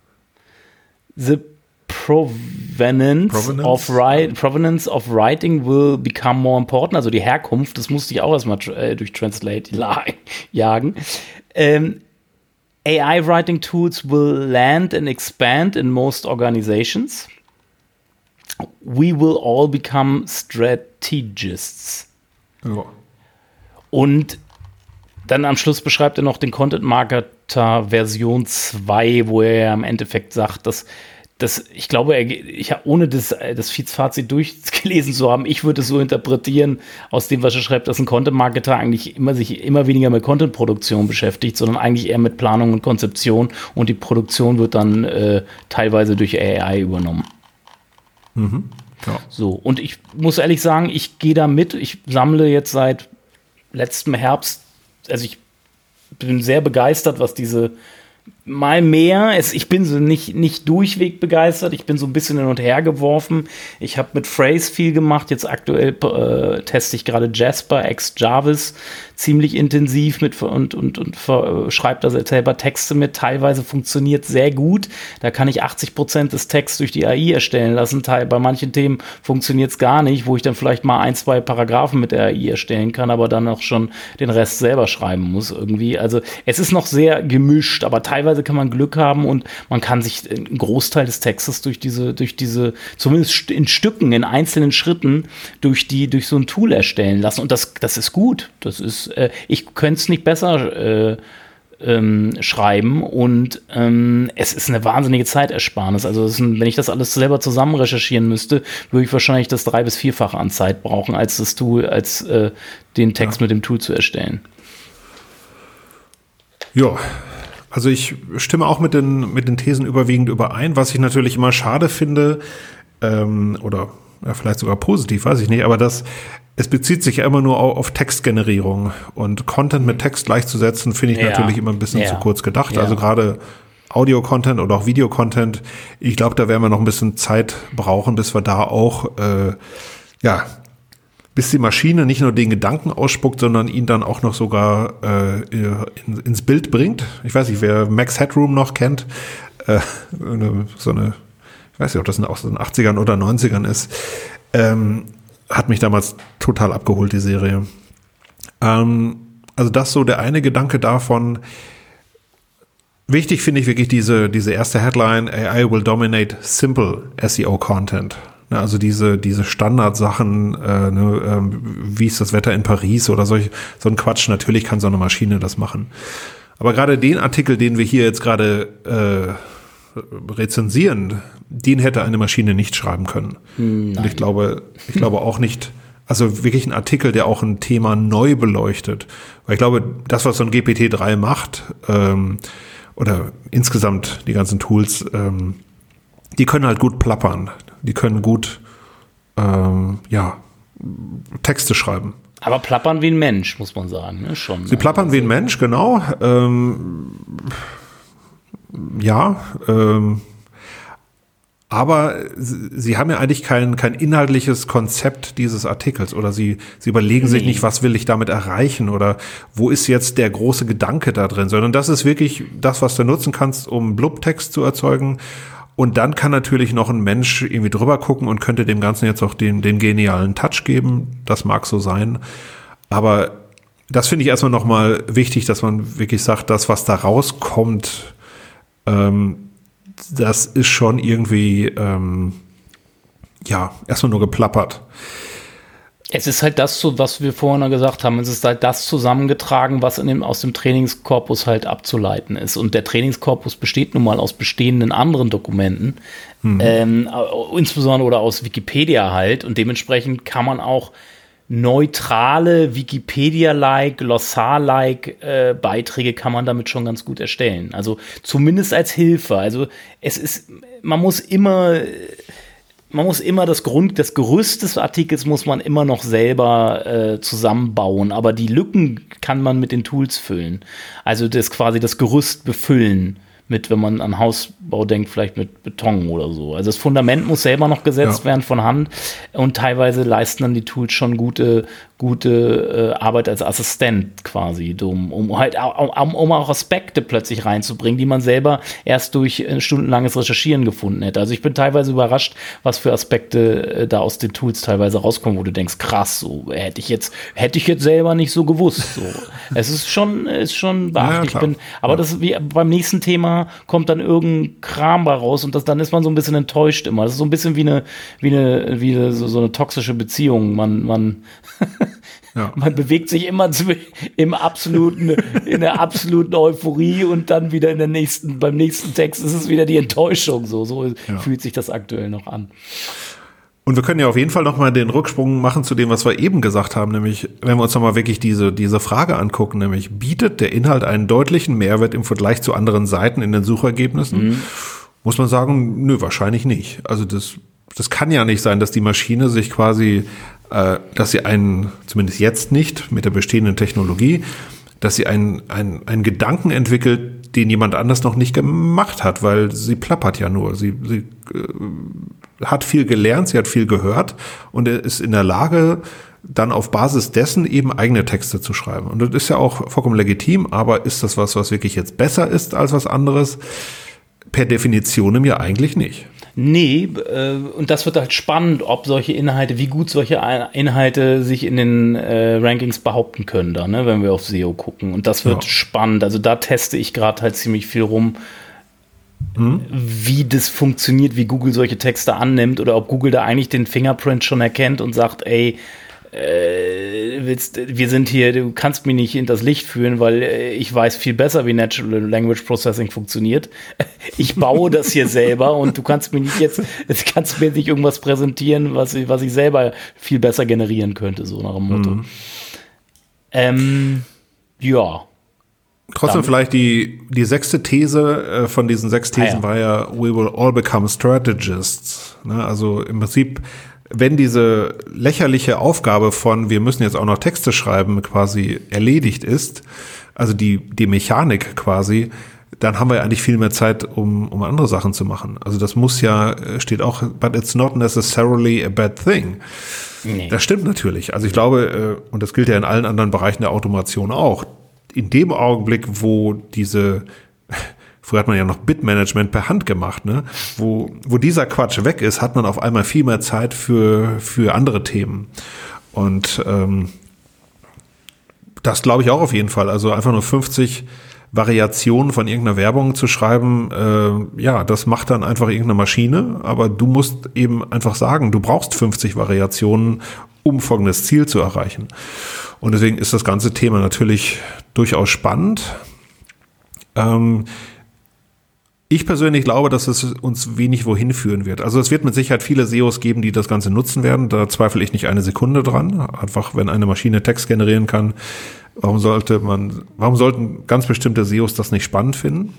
[SPEAKER 1] The provenance, provenance? Of, ri- provenance of writing will become more important. Also die Herkunft, das musste ich auch erstmal äh, durch Translate jagen. Ähm, A I writing tools will land and expand in most organizations. We will all become strategists.
[SPEAKER 3] Ja.
[SPEAKER 1] Und dann am Schluss beschreibt er noch den Content Marketer Version zwei, wo er im Endeffekt sagt, dass Das, ich glaube, ich habe ohne das, das Fazit durchgelesen zu haben, ich würde es so interpretieren, aus dem, was er schreibt, dass ein Content-Marketer eigentlich immer sich immer weniger mit Content-Produktion beschäftigt, sondern eigentlich eher mit Planung und Konzeption und die Produktion wird dann äh, teilweise durch A I übernommen.
[SPEAKER 3] Mhm. Ja.
[SPEAKER 1] So, und ich muss ehrlich sagen, ich gehe da mit. Ich sammle jetzt seit letztem Herbst, also ich bin sehr begeistert, was diese mal mehr, es, ich bin so nicht, nicht durchweg begeistert, ich bin so ein bisschen hin und her geworfen. Ich habe mit Phrase viel gemacht, jetzt aktuell äh, teste ich gerade Jasper ex Jarvis ziemlich intensiv mit und, und, und äh, schreibe da selber Texte mit. Teilweise funktioniert sehr gut, da kann ich achtzig Prozent des Texts durch die A I erstellen lassen. Teil, bei manchen Themen funktioniert es gar nicht, wo ich dann vielleicht mal ein, zwei Paragraphen mit der A I erstellen kann, aber dann auch schon den Rest selber schreiben muss irgendwie. Also es ist noch sehr gemischt, aber teilweise kann man Glück haben und man kann sich einen Großteil des Textes durch diese, durch diese, zumindest in Stücken, in einzelnen Schritten, durch die, durch so ein Tool erstellen lassen. Und das, das ist gut. Das ist, äh, ich könnte es nicht besser äh, ähm, schreiben und ähm, es ist eine wahnsinnige Zeitersparnis. Also es ist ein, wenn ich das alles selber zusammen recherchieren müsste, würde ich wahrscheinlich das drei- bis vierfache an Zeit brauchen, als das Tool, als äh, den Text ja. mit dem Tool zu erstellen.
[SPEAKER 3] Ja. Also ich stimme auch mit den, mit den Thesen überwiegend überein, was ich natürlich immer schade finde, ähm, oder ja, vielleicht sogar positiv, weiß ich nicht, aber das, es bezieht sich ja immer nur auf, auf Textgenerierung und Content mit Text gleichzusetzen, finde ich ja. natürlich immer ein bisschen ja. zu kurz gedacht. Ja. Also gerade Audio-Content oder auch Video-Content, ich glaube, da werden wir noch ein bisschen Zeit brauchen, bis wir da auch, äh, ja, bis die Maschine nicht nur den Gedanken ausspuckt, sondern ihn dann auch noch sogar äh, in, ins Bild bringt. Ich weiß nicht, wer Max Headroom noch kennt, äh, eine, so eine, ich weiß nicht, ob das aus den achtzigern oder neunzigern ist, ähm, hat mich damals total abgeholt, die Serie. Ähm, also das so der eine Gedanke davon. Wichtig finde ich wirklich diese, diese erste Headline, A I will dominate simple S E O Content. Ne, also diese, diese Standardsachen, äh, ne, ähm, wie ist das Wetter in Paris oder solch, so ein Quatsch, natürlich kann so eine Maschine das machen. Aber gerade den Artikel, den wir hier jetzt gerade äh, rezensieren, den hätte eine Maschine nicht schreiben können. Nein. Und ich glaube, ich glaube auch nicht, also wirklich ein Artikel, der auch ein Thema neu beleuchtet. Weil ich glaube, das, was so ein G P T drei macht, ähm, oder insgesamt die ganzen Tools, ähm, die können halt gut plappern. Die können gut, ähm, ja, Texte schreiben.
[SPEAKER 1] Aber plappern wie ein Mensch, muss man sagen, ne? Schon.
[SPEAKER 3] Sie plappern wie ein Mensch, genau. Ähm, ja, ähm, aber sie haben ja eigentlich kein, kein inhaltliches Konzept dieses Artikels oder sie, sie überlegen nee. sich nicht, was will ich damit erreichen oder wo ist jetzt der große Gedanke da drin, sondern das ist wirklich das, was du nutzen kannst, um Blubtext zu erzeugen. Und dann kann natürlich noch ein Mensch irgendwie drüber gucken und könnte dem Ganzen jetzt auch den, den genialen Touch geben. Das mag so sein. Aber das finde ich erstmal nochmal wichtig, dass man wirklich sagt, das, was da rauskommt, ähm, das ist schon irgendwie, ähm, ja, erstmal nur geplappert.
[SPEAKER 1] Es ist halt das, was wir vorhin gesagt haben, es ist halt das zusammengetragen, was in dem, aus dem Trainingskorpus halt abzuleiten ist. Und der Trainingskorpus besteht nun mal aus bestehenden anderen Dokumenten, mhm. ähm, insbesondere oder aus Wikipedia halt. Und dementsprechend kann man auch neutrale Wikipedia-like, Glossar-like äh, Beiträge kann man damit schon ganz gut erstellen. Also zumindest als Hilfe. Also es ist, man muss immer... Man muss immer das Grund, das Gerüst des Artikels muss man immer noch selber äh, zusammenbauen, aber die Lücken kann man mit den Tools füllen. Also das quasi das Gerüst befüllen mit, wenn man an Hausbau denkt, vielleicht mit Beton oder so. Also das Fundament muss selber noch gesetzt ja. werden von Hand und teilweise leisten dann die Tools schon gute, gute äh, Arbeit als Assistent quasi, um, um halt um, um auch Aspekte plötzlich reinzubringen, die man selber erst durch äh, stundenlanges Recherchieren gefunden hätte. Also ich bin teilweise überrascht, was für Aspekte äh, da aus den Tools teilweise rauskommen, wo du denkst, krass, so hätte ich jetzt hätte ich jetzt selber nicht so gewusst. So. Es ist schon ist schon beachtlich. Ja, ich bin, aber ja. das ist wie beim nächsten Thema kommt dann irgendein Kram bei raus und das, dann ist man so ein bisschen enttäuscht immer. Das ist so ein bisschen wie eine wie eine wie eine, so, so eine toxische Beziehung. Man man Ja. Man bewegt sich immer im absoluten, in der absoluten Euphorie und dann wieder in der nächsten, beim nächsten Text ist es wieder die Enttäuschung. So, so ja. fühlt sich das aktuell noch an.
[SPEAKER 3] Und wir können ja auf jeden Fall nochmal den Rücksprung machen zu dem, was wir eben gesagt haben, nämlich, wenn wir uns nochmal wirklich diese, diese Frage angucken, nämlich, bietet der Inhalt einen deutlichen Mehrwert im Vergleich zu anderen Seiten in den Suchergebnissen? Mhm. Muss man sagen, nö, wahrscheinlich nicht. Also das, das kann ja nicht sein, dass die Maschine sich quasi dass sie einen, zumindest jetzt nicht, mit der bestehenden Technologie, dass sie einen, einen, einen Gedanken entwickelt, den jemand anders noch nicht gemacht hat, weil sie plappert ja nur. Sie, sie äh, hat viel gelernt, sie hat viel gehört und er ist in der Lage, dann auf Basis dessen eben eigene Texte zu schreiben. Und das ist ja auch vollkommen legitim, aber ist das was, was wirklich jetzt besser ist als was anderes? Per Definition ja eigentlich nicht.
[SPEAKER 1] Nee, äh, und das wird halt spannend, ob solche Inhalte, wie gut solche Inhalte sich in den äh, Rankings behaupten können, da, ne, wenn wir auf S E O gucken. Und das wird ja. spannend. Also da teste ich gerade halt ziemlich viel rum, hm? wie das funktioniert, wie Google solche Texte annimmt oder ob Google da eigentlich den Fingerprint schon erkennt und sagt, ey, Äh, willst, wir sind hier, du kannst mich nicht hinters Licht führen, weil äh, ich weiß viel besser, wie Natural Language Processing funktioniert. Ich baue das hier selber und du kannst mir nicht jetzt, jetzt kannst mir nicht irgendwas präsentieren, was ich, was ich selber viel besser generieren könnte, so nach dem Motto. Mhm. Ähm, ja.
[SPEAKER 3] Trotzdem Damit. vielleicht die, die sechste These äh, von diesen sechs Thesen ah, ja. war ja, we will all become strategists. Ne? Also im Prinzip, wenn diese lächerliche Aufgabe von, wir müssen jetzt auch noch Texte schreiben, quasi erledigt ist, also die, die Mechanik quasi, dann haben wir ja eigentlich viel mehr Zeit, um, um andere Sachen zu machen. Also das muss ja, steht auch, but it's not necessarily a bad thing. Nee. Das stimmt natürlich. Also ich glaube, und das gilt ja in allen anderen Bereichen der Automation auch, in dem Augenblick, wo diese, früher hat man ja noch Bitmanagement per Hand gemacht, ne? Wo, wo dieser Quatsch weg ist, hat man auf einmal viel mehr Zeit für, für andere Themen. Und ähm, das glaube ich auch auf jeden Fall. Also einfach nur fünfzig Variationen von irgendeiner Werbung zu schreiben, äh, ja, das macht dann einfach irgendeine Maschine, aber du musst eben einfach sagen, du brauchst fünfzig Variationen, um folgendes Ziel zu erreichen. Und deswegen ist das ganze Thema natürlich durchaus spannend. Ähm, Ich persönlich glaube, dass es uns wenig wohin führen wird. Also es wird mit Sicherheit viele S E Os geben, die das Ganze nutzen werden. Da zweifle ich nicht eine Sekunde dran. Einfach, wenn eine Maschine Text generieren kann, warum sollte man, warum sollten ganz bestimmte S E Os das nicht spannend finden?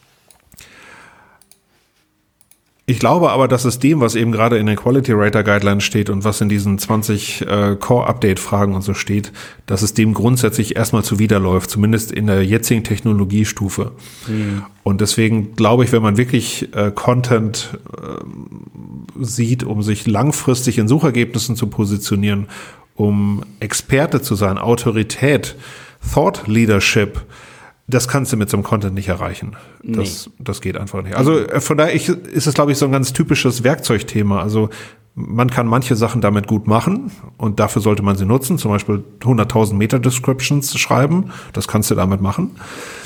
[SPEAKER 3] Ich glaube aber, dass es dem, was eben gerade in den Quality Rater Guidelines steht und was in diesen zwanzig äh, Core-Update-Fragen und so steht, dass es dem grundsätzlich erstmal zuwiderläuft, zumindest in der jetzigen Technologiestufe. Mhm. Und deswegen glaube ich, wenn man wirklich äh, Content äh, sieht, um sich langfristig in Suchergebnissen zu positionieren, um Experte zu sein, Autorität, Thought Leadership, das kannst du mit so einem Content nicht erreichen. Das, nee. das geht einfach nicht. Also von daher ich, ist es, glaube ich, so ein ganz typisches Werkzeugthema. Also man kann manche Sachen damit gut machen und dafür sollte man sie nutzen. Zum Beispiel hunderttausend Meta-Descriptions schreiben. Das kannst du damit machen.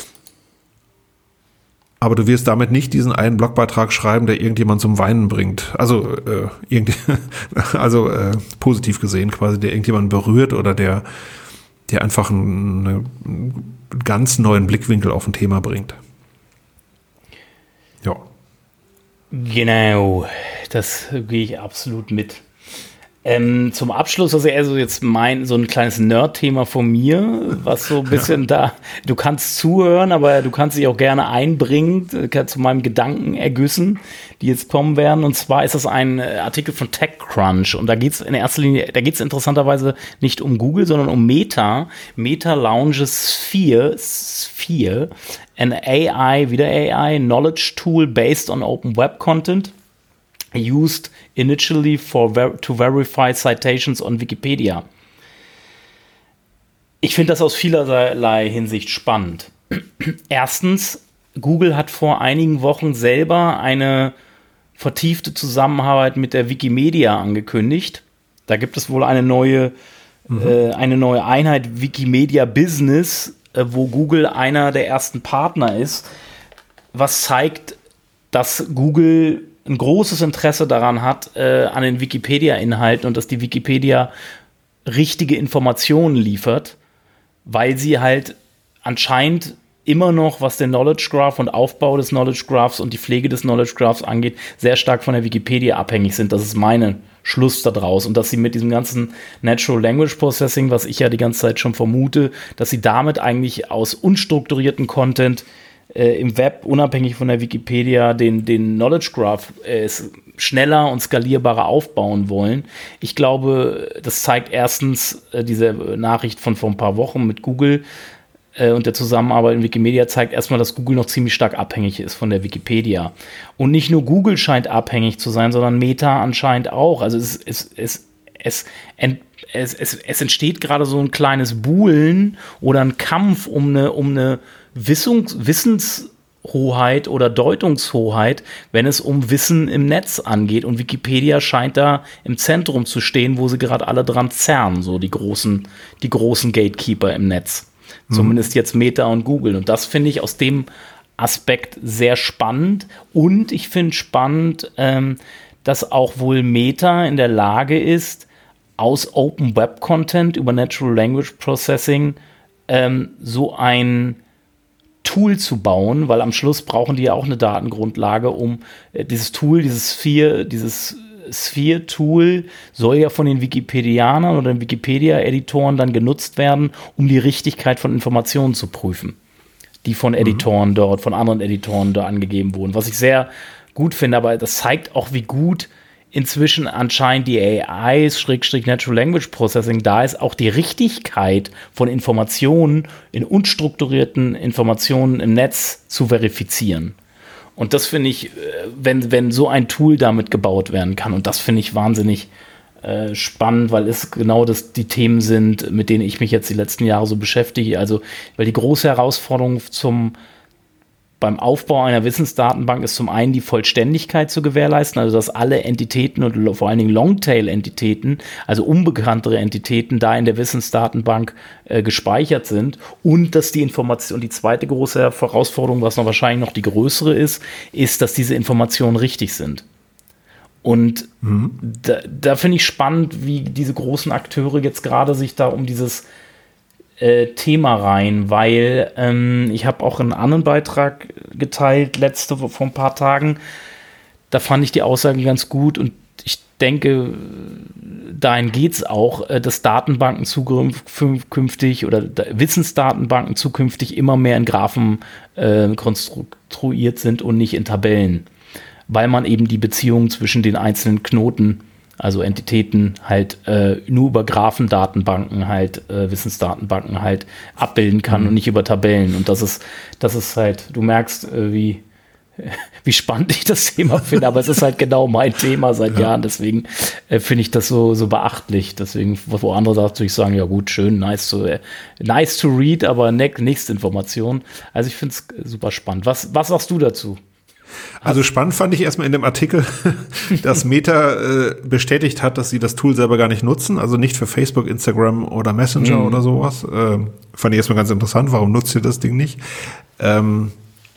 [SPEAKER 3] Aber du wirst damit nicht diesen einen Blogbeitrag schreiben, der irgendjemand zum Weinen bringt. Also, äh, irgendwie, also äh, positiv gesehen quasi, der irgendjemanden berührt oder der, der einfach eine ganz neuen Blickwinkel auf ein Thema bringt. Ja.
[SPEAKER 1] Genau, das gehe ich absolut mit. Ähm, zum Abschluss, also eher so jetzt mein, so ein kleines Nerd-Thema von mir, was so ein bisschen ja. da, du kannst zuhören, aber du kannst dich auch gerne einbringen, zu meinem Gedankenergüssen, die jetzt kommen werden. Und zwar ist das ein Artikel von TechCrunch und da geht es in erster Linie, da geht es interessanterweise nicht um Google, sondern um Meta. Meta launches Sphere, Sphere, an A I, wieder A I, Knowledge Tool based on Open Web Content. Used initially for ver- to verify citations on Wikipedia. Ich finde das aus vielerlei Hinsicht spannend. Erstens, Google hat vor einigen Wochen selber eine vertiefte Zusammenarbeit mit der Wikimedia angekündigt. Da gibt es wohl eine neue, mhm. äh, eine neue Einheit Wikimedia Business, äh, wo Google einer der ersten Partner ist, was zeigt, dass Google ein großes Interesse daran hat, äh, an den Wikipedia-Inhalten und dass die Wikipedia richtige Informationen liefert, weil sie halt anscheinend immer noch, was den Knowledge Graph und Aufbau des Knowledge Graphs und die Pflege des Knowledge Graphs angeht, sehr stark von der Wikipedia abhängig sind. Das ist mein Schluss daraus. Und dass sie mit diesem ganzen Natural Language Processing, was ich ja die ganze Zeit schon vermute, dass sie damit eigentlich aus unstrukturierten Content Äh, im Web, unabhängig von der Wikipedia, den, den Knowledge Graph äh, schneller und skalierbarer aufbauen wollen. Ich glaube, das zeigt erstens äh, diese Nachricht von vor ein paar Wochen mit Google äh, und der Zusammenarbeit in Wikimedia zeigt erstmal, dass Google noch ziemlich stark abhängig ist von der Wikipedia. Und nicht nur Google scheint abhängig zu sein, sondern Meta anscheinend auch. Also es, es, es, es, ent, es, es, es entsteht gerade so ein kleines Buhlen oder ein Kampf um eine, um eine Wissungs- Wissenshoheit oder Deutungshoheit, wenn es um Wissen im Netz angeht. Und Wikipedia scheint da im Zentrum zu stehen, wo sie gerade alle dran zerren, so die großen, die großen Gatekeeper im Netz. Mhm. Zumindest jetzt Meta und Google. Und das finde ich aus dem Aspekt sehr spannend. Und ich finde spannend, ähm, dass auch wohl Meta in der Lage ist, aus Open Web Content über Natural Language Processing ähm, so ein Tool zu bauen, weil am Schluss brauchen die ja auch eine Datengrundlage, um äh, dieses Tool, dieses Sphere, dieses Sphere-Tool soll ja von den Wikipedianern oder den Wikipedia-Editoren dann genutzt werden, um die Richtigkeit von Informationen zu prüfen, die von Editoren mhm. dort, von anderen Editoren da angegeben wurden, was ich sehr gut finde, aber das zeigt auch, wie gut inzwischen anscheinend die A I, Schrägstrich Natural Language Processing, da ist auch die Richtigkeit von Informationen in unstrukturierten Informationen im Netz zu verifizieren. Und das finde ich, wenn, wenn so ein Tool damit gebaut werden kann, und das finde ich wahnsinnig äh, spannend, weil es genau das die Themen sind, mit denen ich mich jetzt die letzten Jahre so beschäftige. Also, weil die große Herausforderung zum beim Aufbau einer Wissensdatenbank ist zum einen die Vollständigkeit zu gewährleisten, also dass alle Entitäten und vor allen Dingen Longtail-Entitäten, also unbekanntere Entitäten, da in der Wissensdatenbank äh, gespeichert sind und dass die Information, die zweite große Herausforderung, was noch wahrscheinlich noch die größere ist, ist, dass diese Informationen richtig sind. Und mhm. da, da finde ich spannend, wie diese großen Akteure jetzt gerade sich da um dieses Thema rein, weil ähm, ich habe auch einen anderen Beitrag geteilt, letzte vor ein paar Tagen, da fand ich die Aussagen ganz gut und ich denke, dahin geht es auch, dass Datenbanken zukünftig oder Wissensdatenbanken zukünftig immer mehr in Graphen äh, konstruiert sind und nicht in Tabellen, weil man eben die Beziehungen zwischen den einzelnen Knoten, also Entitäten halt äh, nur über Graphendatenbanken halt, äh, Wissensdatenbanken halt abbilden kann mhm. und nicht über Tabellen. Und das ist, das ist halt, du merkst, äh, wie, wie spannend ich das Thema finde, aber es ist halt genau mein Thema seit ja. Jahren, deswegen äh, finde ich das so, so beachtlich. Deswegen, wo andere natürlich sagen, ja gut, schön, nice to, äh, nice to read, aber ne, nächste Information. Also ich finde es super spannend. Was, was sagst du dazu?
[SPEAKER 3] Also spannend fand ich erstmal in dem Artikel, dass Meta äh, bestätigt hat, dass sie das Tool selber gar nicht nutzen, also nicht für Facebook, Instagram oder Messenger mhm. oder sowas. Äh, fand ich erstmal ganz interessant, warum nutzt ihr das Ding nicht? Ähm,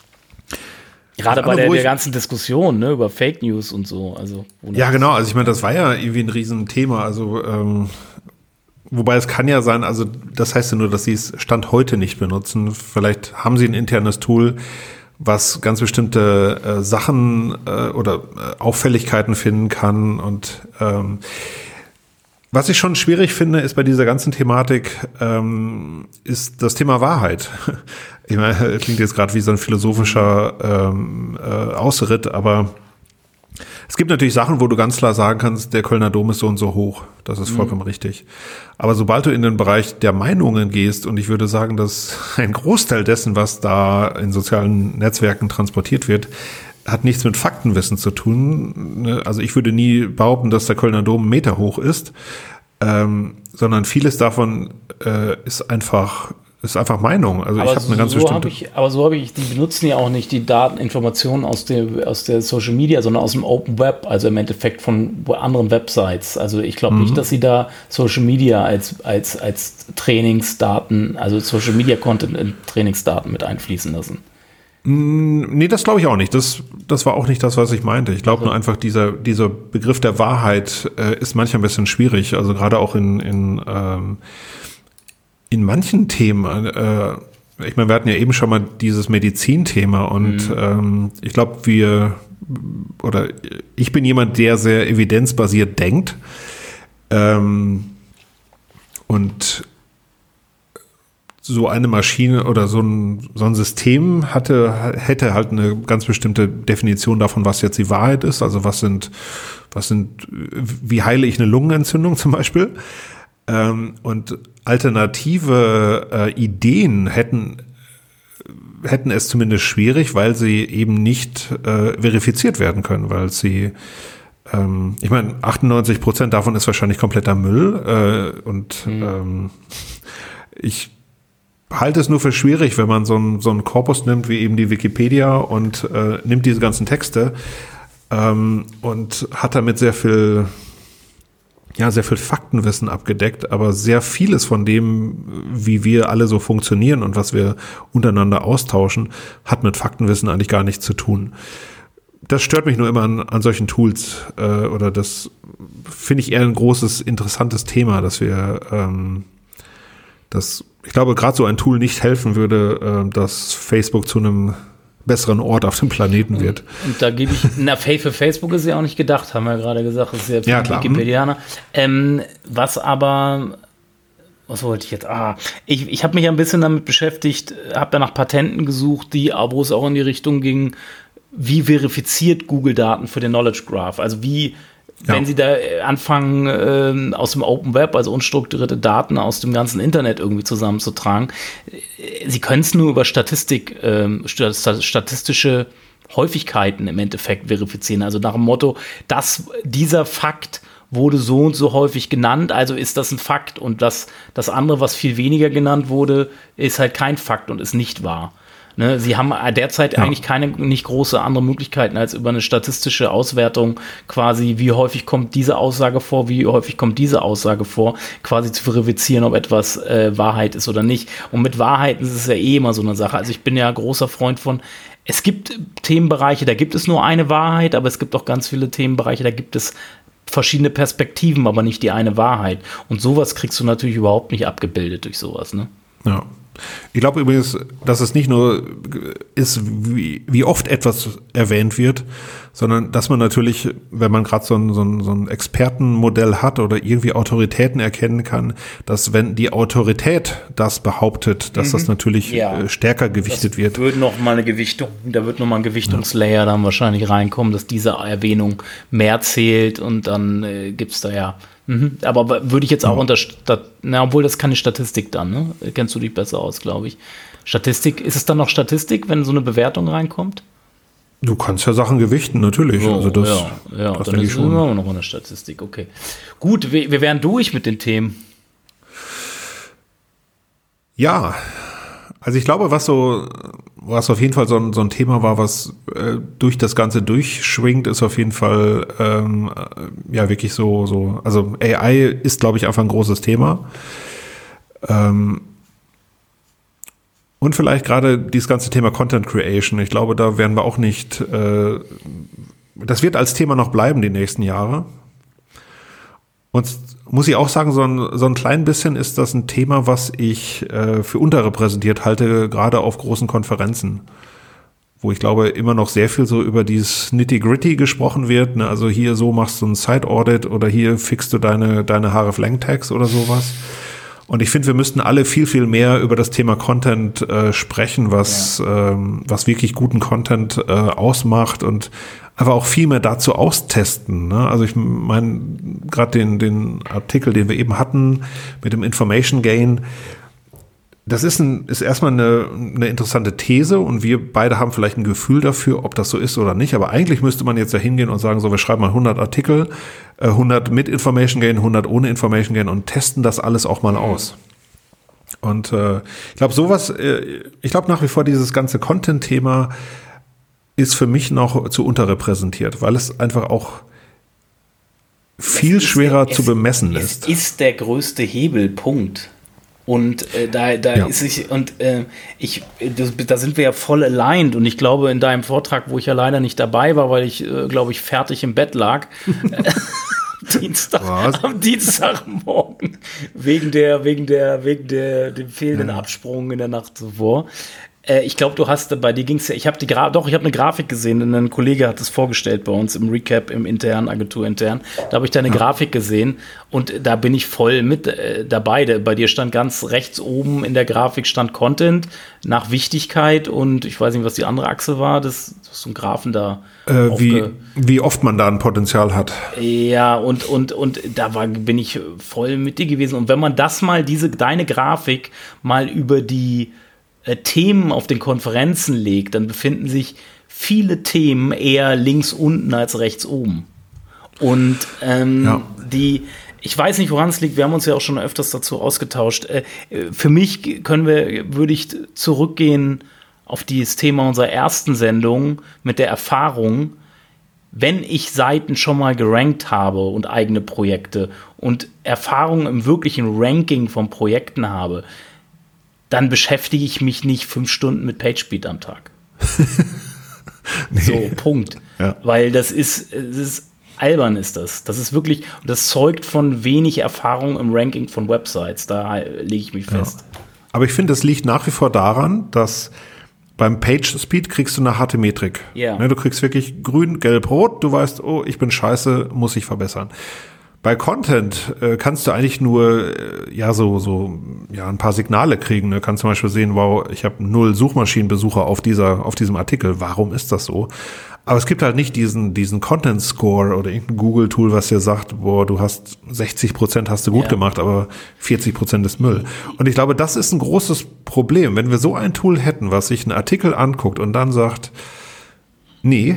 [SPEAKER 1] Gerade bei der, der ganzen Diskussion, ne, über Fake News und so. Also,
[SPEAKER 3] ja, genau, also ich meine, das war ja irgendwie ein Riesenthema, also ähm, wobei es kann ja sein, also das heißt ja nur, dass sie es Stand heute nicht benutzen. Vielleicht haben sie ein internes Tool, was ganz bestimmte äh, Sachen äh, oder äh, Auffälligkeiten finden kann. Und ähm, was ich schon schwierig finde, ist bei dieser ganzen Thematik, ähm, ist das Thema Wahrheit. Ich meine, klingt jetzt gerade wie so ein philosophischer ähm, äh, Ausritt, aber es gibt natürlich Sachen, wo du ganz klar sagen kannst, der Kölner Dom ist so und so hoch. Das ist vollkommen mhm. richtig. Aber sobald du in den Bereich der Meinungen gehst, und ich würde sagen, dass ein Großteil dessen, was da in sozialen Netzwerken transportiert wird, hat nichts mit Faktenwissen zu tun. Also ich würde nie behaupten, dass der Kölner Dom einen Meter hoch ist, ähm, sondern vieles davon äh, ist einfach ist einfach Meinung. Also aber ich habe eine ganz
[SPEAKER 1] so
[SPEAKER 3] bestimmte.
[SPEAKER 1] Hab ich, aber so habe ich, die benutzen ja auch nicht die Dateninformationen aus der aus der Social Media, sondern aus dem Open Web, also im Endeffekt von anderen Websites. Also ich glaube mhm. nicht, dass sie da Social Media als als als Trainingsdaten, also Social Media Content in Trainingsdaten mit einfließen lassen.
[SPEAKER 3] Nee, das glaube ich auch nicht. Das, das war auch nicht das, was ich meinte. Ich glaube also. nur einfach, dieser, dieser Begriff der Wahrheit äh, ist manchmal ein bisschen schwierig. Also gerade auch in, in, ähm, in manchen Themen. Äh, ich meine, wir hatten ja eben schon mal dieses Medizinthema und mhm. ähm, ich glaube, wir oder ich bin jemand, der sehr evidenzbasiert denkt. Ähm, und so eine Maschine oder so ein, so ein System hatte, hätte halt eine ganz bestimmte Definition davon, was jetzt die Wahrheit ist. Also was sind, was sind, wie heile ich eine Lungenentzündung zum Beispiel? Ähm, und alternative äh, Ideen hätten, hätten es zumindest schwierig, weil sie eben nicht äh, verifiziert werden können, weil sie ähm, ich meine, achtundneunzig Prozent davon ist wahrscheinlich kompletter Müll äh, und mhm. ähm, ich halte es nur für schwierig, wenn man so einen so einen Korpus nimmt, wie eben die Wikipedia und äh, nimmt diese ganzen Texte ähm, und hat damit sehr viel, ja, sehr viel Faktenwissen abgedeckt, aber sehr vieles von dem, wie wir alle so funktionieren und was wir untereinander austauschen, hat mit Faktenwissen eigentlich gar nichts zu tun. Das stört mich nur immer an, an solchen Tools äh, oder das finde ich eher ein großes, interessantes Thema, dass wir ähm, das ich glaube, gerade so ein Tool nicht helfen würde, äh, dass Facebook zu einem besseren Ort auf dem Planeten wird.
[SPEAKER 1] Und, und da gebe ich, na, für Facebook ist ja auch nicht gedacht, haben wir ja gerade gesagt, das ist ja für
[SPEAKER 3] ja, klar.
[SPEAKER 1] Wikipedianer. Ähm, was aber, was wollte ich jetzt? Ah, ich, ich habe mich ein bisschen damit beschäftigt, habe ja nach Patenten gesucht, die, wo es auch in die Richtung ging, wie verifiziert Google Daten für den Knowledge Graph? Also wie Ja. Wenn Sie da anfangen, äh, aus dem Open Web, also unstrukturierte Daten aus dem ganzen Internet irgendwie zusammenzutragen, äh, Sie können es nur über Statistik, äh, statistische Häufigkeiten im Endeffekt verifizieren. Also nach dem Motto, dass dieser Fakt wurde so und so häufig genannt, also ist das ein Fakt. Und das, das andere, was viel weniger genannt wurde, ist halt kein Fakt und ist nicht wahr. Ne, sie haben derzeit
[SPEAKER 3] Ja.
[SPEAKER 1] eigentlich keine nicht große andere Möglichkeiten, als über eine statistische Auswertung quasi, wie häufig kommt diese Aussage vor, wie häufig kommt diese Aussage vor, quasi zu verifizieren, ob etwas äh, Wahrheit ist oder nicht. Und mit Wahrheiten ist es ja eh immer so eine Sache. Also ich bin ja großer Freund von, es gibt Themenbereiche, da gibt es nur eine Wahrheit, aber es gibt auch ganz viele Themenbereiche, da gibt es verschiedene Perspektiven, aber nicht die eine Wahrheit. Und sowas kriegst du natürlich überhaupt nicht abgebildet durch sowas, ne?
[SPEAKER 3] Ja. Ich glaube übrigens, dass es nicht nur ist, wie, wie oft etwas erwähnt wird, sondern dass man natürlich, wenn man gerade so ein, so, ein, so ein Expertenmodell hat oder irgendwie Autoritäten erkennen kann, dass wenn die Autorität das behauptet, dass mhm. das natürlich
[SPEAKER 1] ja.
[SPEAKER 3] äh, stärker gewichtet
[SPEAKER 1] das
[SPEAKER 3] wird.
[SPEAKER 1] Wird noch mal eine Gewichtung, da wird noch mal ein Gewichtungslayer ja. dann wahrscheinlich reinkommen, dass diese Erwähnung mehr zählt und dann äh, gibt's da ja Mhm. Aber würde ich jetzt auch ja. unter, Stat- na, obwohl das keine Statistik dann, ne? Kennst du dich besser aus, glaube ich. Statistik, ist es dann noch Statistik, wenn so eine Bewertung reinkommt?
[SPEAKER 3] Du kannst ja Sachen gewichten, natürlich.
[SPEAKER 1] Oh,
[SPEAKER 3] also das,
[SPEAKER 1] ja, ja.
[SPEAKER 3] das
[SPEAKER 1] dann ist es immer noch eine Statistik, okay. Gut, wir, wir wären durch mit den Themen.
[SPEAKER 3] Ja, also ich glaube, was so, was auf jeden Fall so ein, so ein Thema war, was äh, durch das Ganze durchschwingt, ist auf jeden Fall ähm, ja wirklich so, so, also A I ist, glaube ich, einfach ein großes Thema. Ähm, und vielleicht gerade dieses ganze Thema Content Creation. Ich glaube, da werden wir auch nicht, äh, das wird als Thema noch bleiben die nächsten Jahre. Und muss ich auch sagen, so ein, so ein klein bisschen ist das ein Thema, was ich äh, für unterrepräsentiert halte, gerade auf großen Konferenzen, wo ich glaube, immer noch sehr viel so über dieses Nitty-Gritty gesprochen wird. Ne? Also hier so machst du ein Side-Audit oder hier fixst du deine, deine href-lang-Tags oder sowas. Und ich finde, wir müssten alle viel, viel mehr über das Thema Content äh, sprechen, was, ja. ähm, was wirklich guten Content äh, ausmacht und einfach auch viel mehr dazu austesten. Ne? Also ich meine, gerade den, den Artikel, den wir eben hatten mit dem Information Gain, das ist, ein, ist erstmal eine, eine interessante These und wir beide haben vielleicht ein Gefühl dafür, ob das so ist oder nicht. Aber eigentlich müsste man jetzt da hingehen und sagen, so, wir schreiben mal hundert Artikel, hundert mit Information Gain, hundert ohne Information Gain und testen das alles auch mal aus. Und äh, ich glaube, sowas, äh, ich glaube nach wie vor dieses ganze Content-Thema ist für mich noch zu unterrepräsentiert, weil es einfach auch viel ist schwerer der, zu bemessen
[SPEAKER 1] es,
[SPEAKER 3] ist.
[SPEAKER 1] Es ist der größte Hebelpunkt. Und äh, da, da ja. ist ich, und äh, ich, das, da sind wir ja voll aligned. Und ich glaube, in deinem Vortrag, wo ich ja leider nicht dabei war, weil ich, äh, glaube ich, fertig im Bett lag, Dienstag, am Dienstagmorgen, wegen der, wegen der, wegen der, dem fehlenden ja. Absprung in der Nacht zuvor. Ich glaube, du hast, bei dir ging es ja, ich habe die Gra- doch, ich habe eine Grafik gesehen, und ein Kollege hat es vorgestellt bei uns im Recap, im internen, Agentur intern. Da habe ich deine ja. Grafik gesehen und da bin ich voll mit äh, dabei. Bei dir stand ganz rechts oben in der Grafik stand Content nach Wichtigkeit und ich weiß nicht, was die andere Achse war, das, das ist so ein Graphen da.
[SPEAKER 3] Äh, wie, wie oft man da ein Potenzial hat.
[SPEAKER 1] Ja, und, und, und da war, bin ich voll mit dir gewesen. Und wenn man das mal, diese, deine Grafik mal über die Themen auf den Konferenzen legt, dann befinden sich viele Themen eher links unten als rechts oben. Und ähm, ja. die, ich weiß nicht, woran es liegt, wir haben uns ja auch schon öfters dazu ausgetauscht. Äh, für mich können wir, würde ich zurückgehen auf dieses Thema unserer ersten Sendung mit der Erfahrung, wenn ich Seiten schon mal gerankt habe und eigene Projekte und Erfahrung im wirklichen Ranking von Projekten habe, dann beschäftige ich mich nicht fünf Stunden mit PageSpeed am Tag. nee. So, Punkt. Ja. Weil das ist, das ist albern ist das. Das ist wirklich, das zeugt von wenig Erfahrung im Ranking von Websites. Da lege ich mich fest.
[SPEAKER 3] Ja. Aber ich finde, das liegt nach wie vor daran, dass beim PageSpeed kriegst du eine harte Metrik.
[SPEAKER 1] Ja.
[SPEAKER 3] Du kriegst wirklich grün, gelb, rot. Du weißt, oh, ich bin scheiße, muss ich verbessern. Bei Content äh, kannst du eigentlich nur äh, ja so so ja ein paar Signale kriegen. Du kannst zum Beispiel sehen, wow, ich habe null Suchmaschinenbesucher auf dieser auf diesem Artikel. Warum ist das so? Aber es gibt halt nicht diesen diesen Content Score oder irgendein Google Tool, was dir sagt, boah, du hast sechzig Prozent hast du gut ja. gemacht, aber vierzig Prozent ist Müll. Und ich glaube, das ist ein großes Problem, wenn wir so ein Tool hätten, was sich einen Artikel anguckt und dann sagt, nee.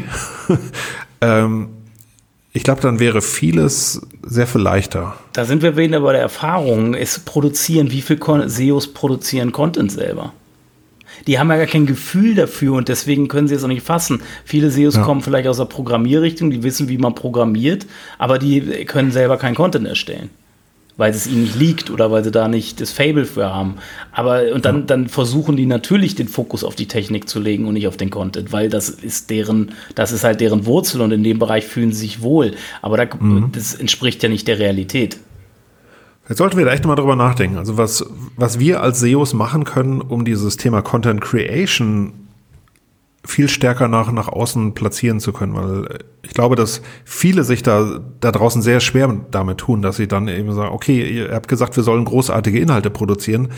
[SPEAKER 3] ähm, Ich glaube, dann wäre vieles sehr viel leichter.
[SPEAKER 1] Da sind wir wieder bei der Erfahrung. Es produzieren, wie viel Kon- S E Os produzieren Content selber? Die haben ja gar kein Gefühl dafür und deswegen können sie es auch nicht fassen. Viele S E Os ja. kommen vielleicht aus der Programmierrichtung, die wissen, wie man programmiert, aber die können selber keinen Content erstellen, weil es ihnen nicht liegt oder weil sie da nicht das Fable für haben. Aber und dann, ja. dann versuchen die natürlich den Fokus auf die Technik zu legen und nicht auf den Content, weil das ist deren, das ist halt deren Wurzel und in dem Bereich fühlen sie sich wohl. Aber da, mhm. das entspricht ja nicht der Realität.
[SPEAKER 3] Jetzt sollten wir da echt mal drüber nachdenken. Also was, was wir als S E Os machen können, um dieses Thema Content Creation viel stärker nach, nach außen platzieren zu können, weil ich glaube, dass viele sich da, da draußen sehr schwer damit tun, dass sie dann eben sagen, okay, ihr habt gesagt, wir sollen großartige Inhalte produzieren,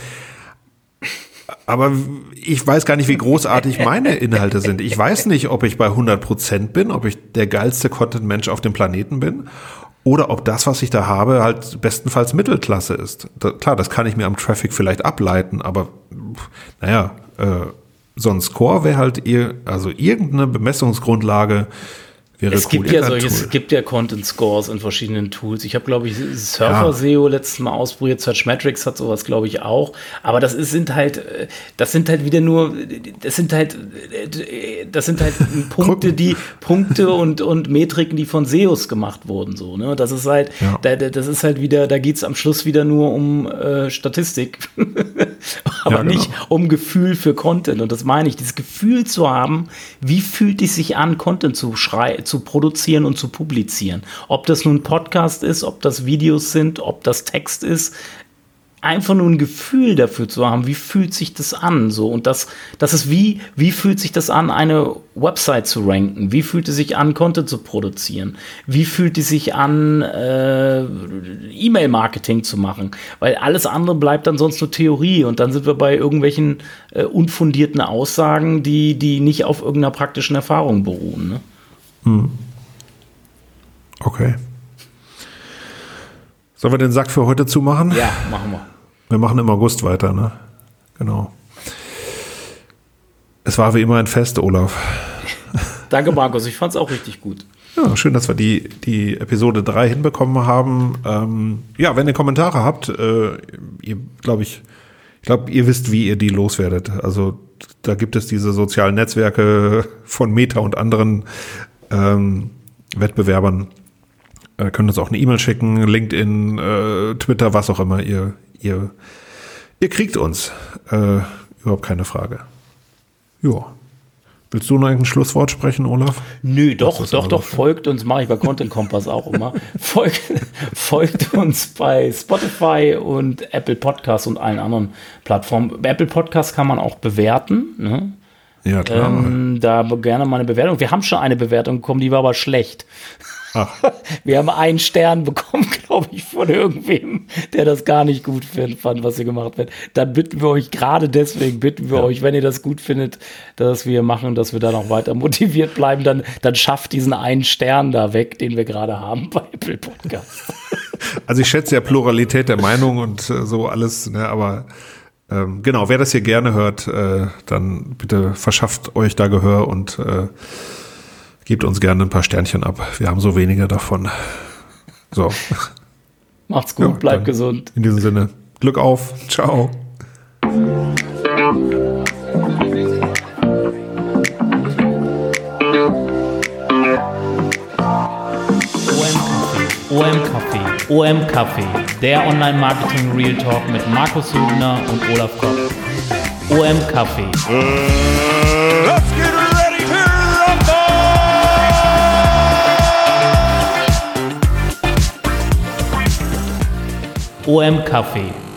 [SPEAKER 3] aber ich weiß gar nicht, wie großartig meine Inhalte sind. Ich weiß nicht, ob ich bei hundert Prozent bin, ob ich der geilste Content-Mensch auf dem Planeten bin oder ob das, was ich da habe, halt bestenfalls Mittelklasse ist. Da, klar, das kann ich mir am Traffic vielleicht ableiten, aber naja, äh, so ein Score wäre halt ihr, also irgendeine Bemessungsgrundlage wäre
[SPEAKER 1] es
[SPEAKER 3] cool.
[SPEAKER 1] Gibt ja solche, es gibt ja Content Scores in verschiedenen Tools. Ich habe, glaube ich, Surfer S E O ja. letztes Mal ausprobiert. Searchmetrics hat sowas, glaube ich, auch. Aber das ist, sind halt, das sind halt wieder nur, das sind halt, das sind halt Punkte, die Punkte und und Metriken, die von S E Os gemacht wurden. So, ne? Das ist halt, ja. da, das ist halt wieder, da geht es am Schluss wieder nur um äh, Statistik, aber ja, genau. nicht um Gefühl für Content. Und das meine ich, dieses Gefühl zu haben, wie fühlt es sich an, Content zu schreiben, zu produzieren und zu publizieren. Ob das nun ein Podcast ist, ob das Videos sind, ob das Text ist, einfach nur ein Gefühl dafür zu haben, wie fühlt sich das an, so, und das, das ist wie, wie fühlt sich das an, eine Website zu ranken, wie fühlt es sich an, Content zu produzieren, wie fühlt es sich an, äh, E-Mail-Marketing zu machen, weil alles andere bleibt dann sonst nur Theorie und dann sind wir bei irgendwelchen äh, unfundierten Aussagen, die, die nicht auf irgendeiner praktischen Erfahrung beruhen, ne?
[SPEAKER 3] Hm. Okay. Sollen wir den Sack für heute zumachen?
[SPEAKER 1] Ja, machen wir.
[SPEAKER 3] Wir machen im August weiter, ne? Genau. Es war wie immer ein Fest, Olaf.
[SPEAKER 1] Danke, Markus. Ich fand es auch richtig gut.
[SPEAKER 3] Ja, schön, dass wir die, die Episode drei hinbekommen haben. Ähm, ja, wenn ihr Kommentare habt, äh, ihr, glaube ich, ich glaube, ihr wisst, wie ihr die loswerdet. Also da gibt es diese sozialen Netzwerke von Meta und anderen ähm, Wettbewerbern. Äh, könnt uns auch eine E-Mail schicken, LinkedIn, äh, Twitter, was auch immer. Ihr, ihr, ihr kriegt uns. Äh, überhaupt keine Frage. Ja. Willst du noch ein Schlusswort sprechen, Olaf?
[SPEAKER 1] Nö, doch, doch, doch, folgt uns, mache ich bei Content Kompass auch immer. Folgt, folgt uns bei Spotify und Apple Podcasts und allen anderen Plattformen. Bei Apple Podcasts kann man auch bewerten, ne?
[SPEAKER 3] Ja, klar.
[SPEAKER 1] Ähm, da gerne mal eine Bewertung. Wir haben schon eine Bewertung bekommen, die war aber schlecht. Ach. Wir haben einen Stern bekommen, glaube ich, von irgendwem, der das gar nicht gut fand, was hier gemacht wird. Dann bitten wir euch, gerade deswegen bitten wir ja. euch, wenn ihr das gut findet, dass wir machen, dass wir da noch weiter motiviert bleiben, dann, dann schafft diesen einen Stern da weg, den wir gerade haben bei Apple Podcast.
[SPEAKER 3] Also ich schätze ja Pluralität der Meinung und äh, so alles, ne, aber ähm, genau, wer das hier gerne hört, äh, dann bitte verschafft euch da Gehör und äh, gebt uns gerne ein paar Sternchen ab. Wir haben so wenige davon. So.
[SPEAKER 1] Macht's gut, ja, bleibt gesund.
[SPEAKER 3] In diesem Sinne, Glück auf. Ciao.
[SPEAKER 1] O M Café, O M Café, der Online-Marketing Real Talk mit Markus Hübner und Olaf Kopp. O M Café.
[SPEAKER 2] Uh, let's get ready to rumble!
[SPEAKER 1] O M Café.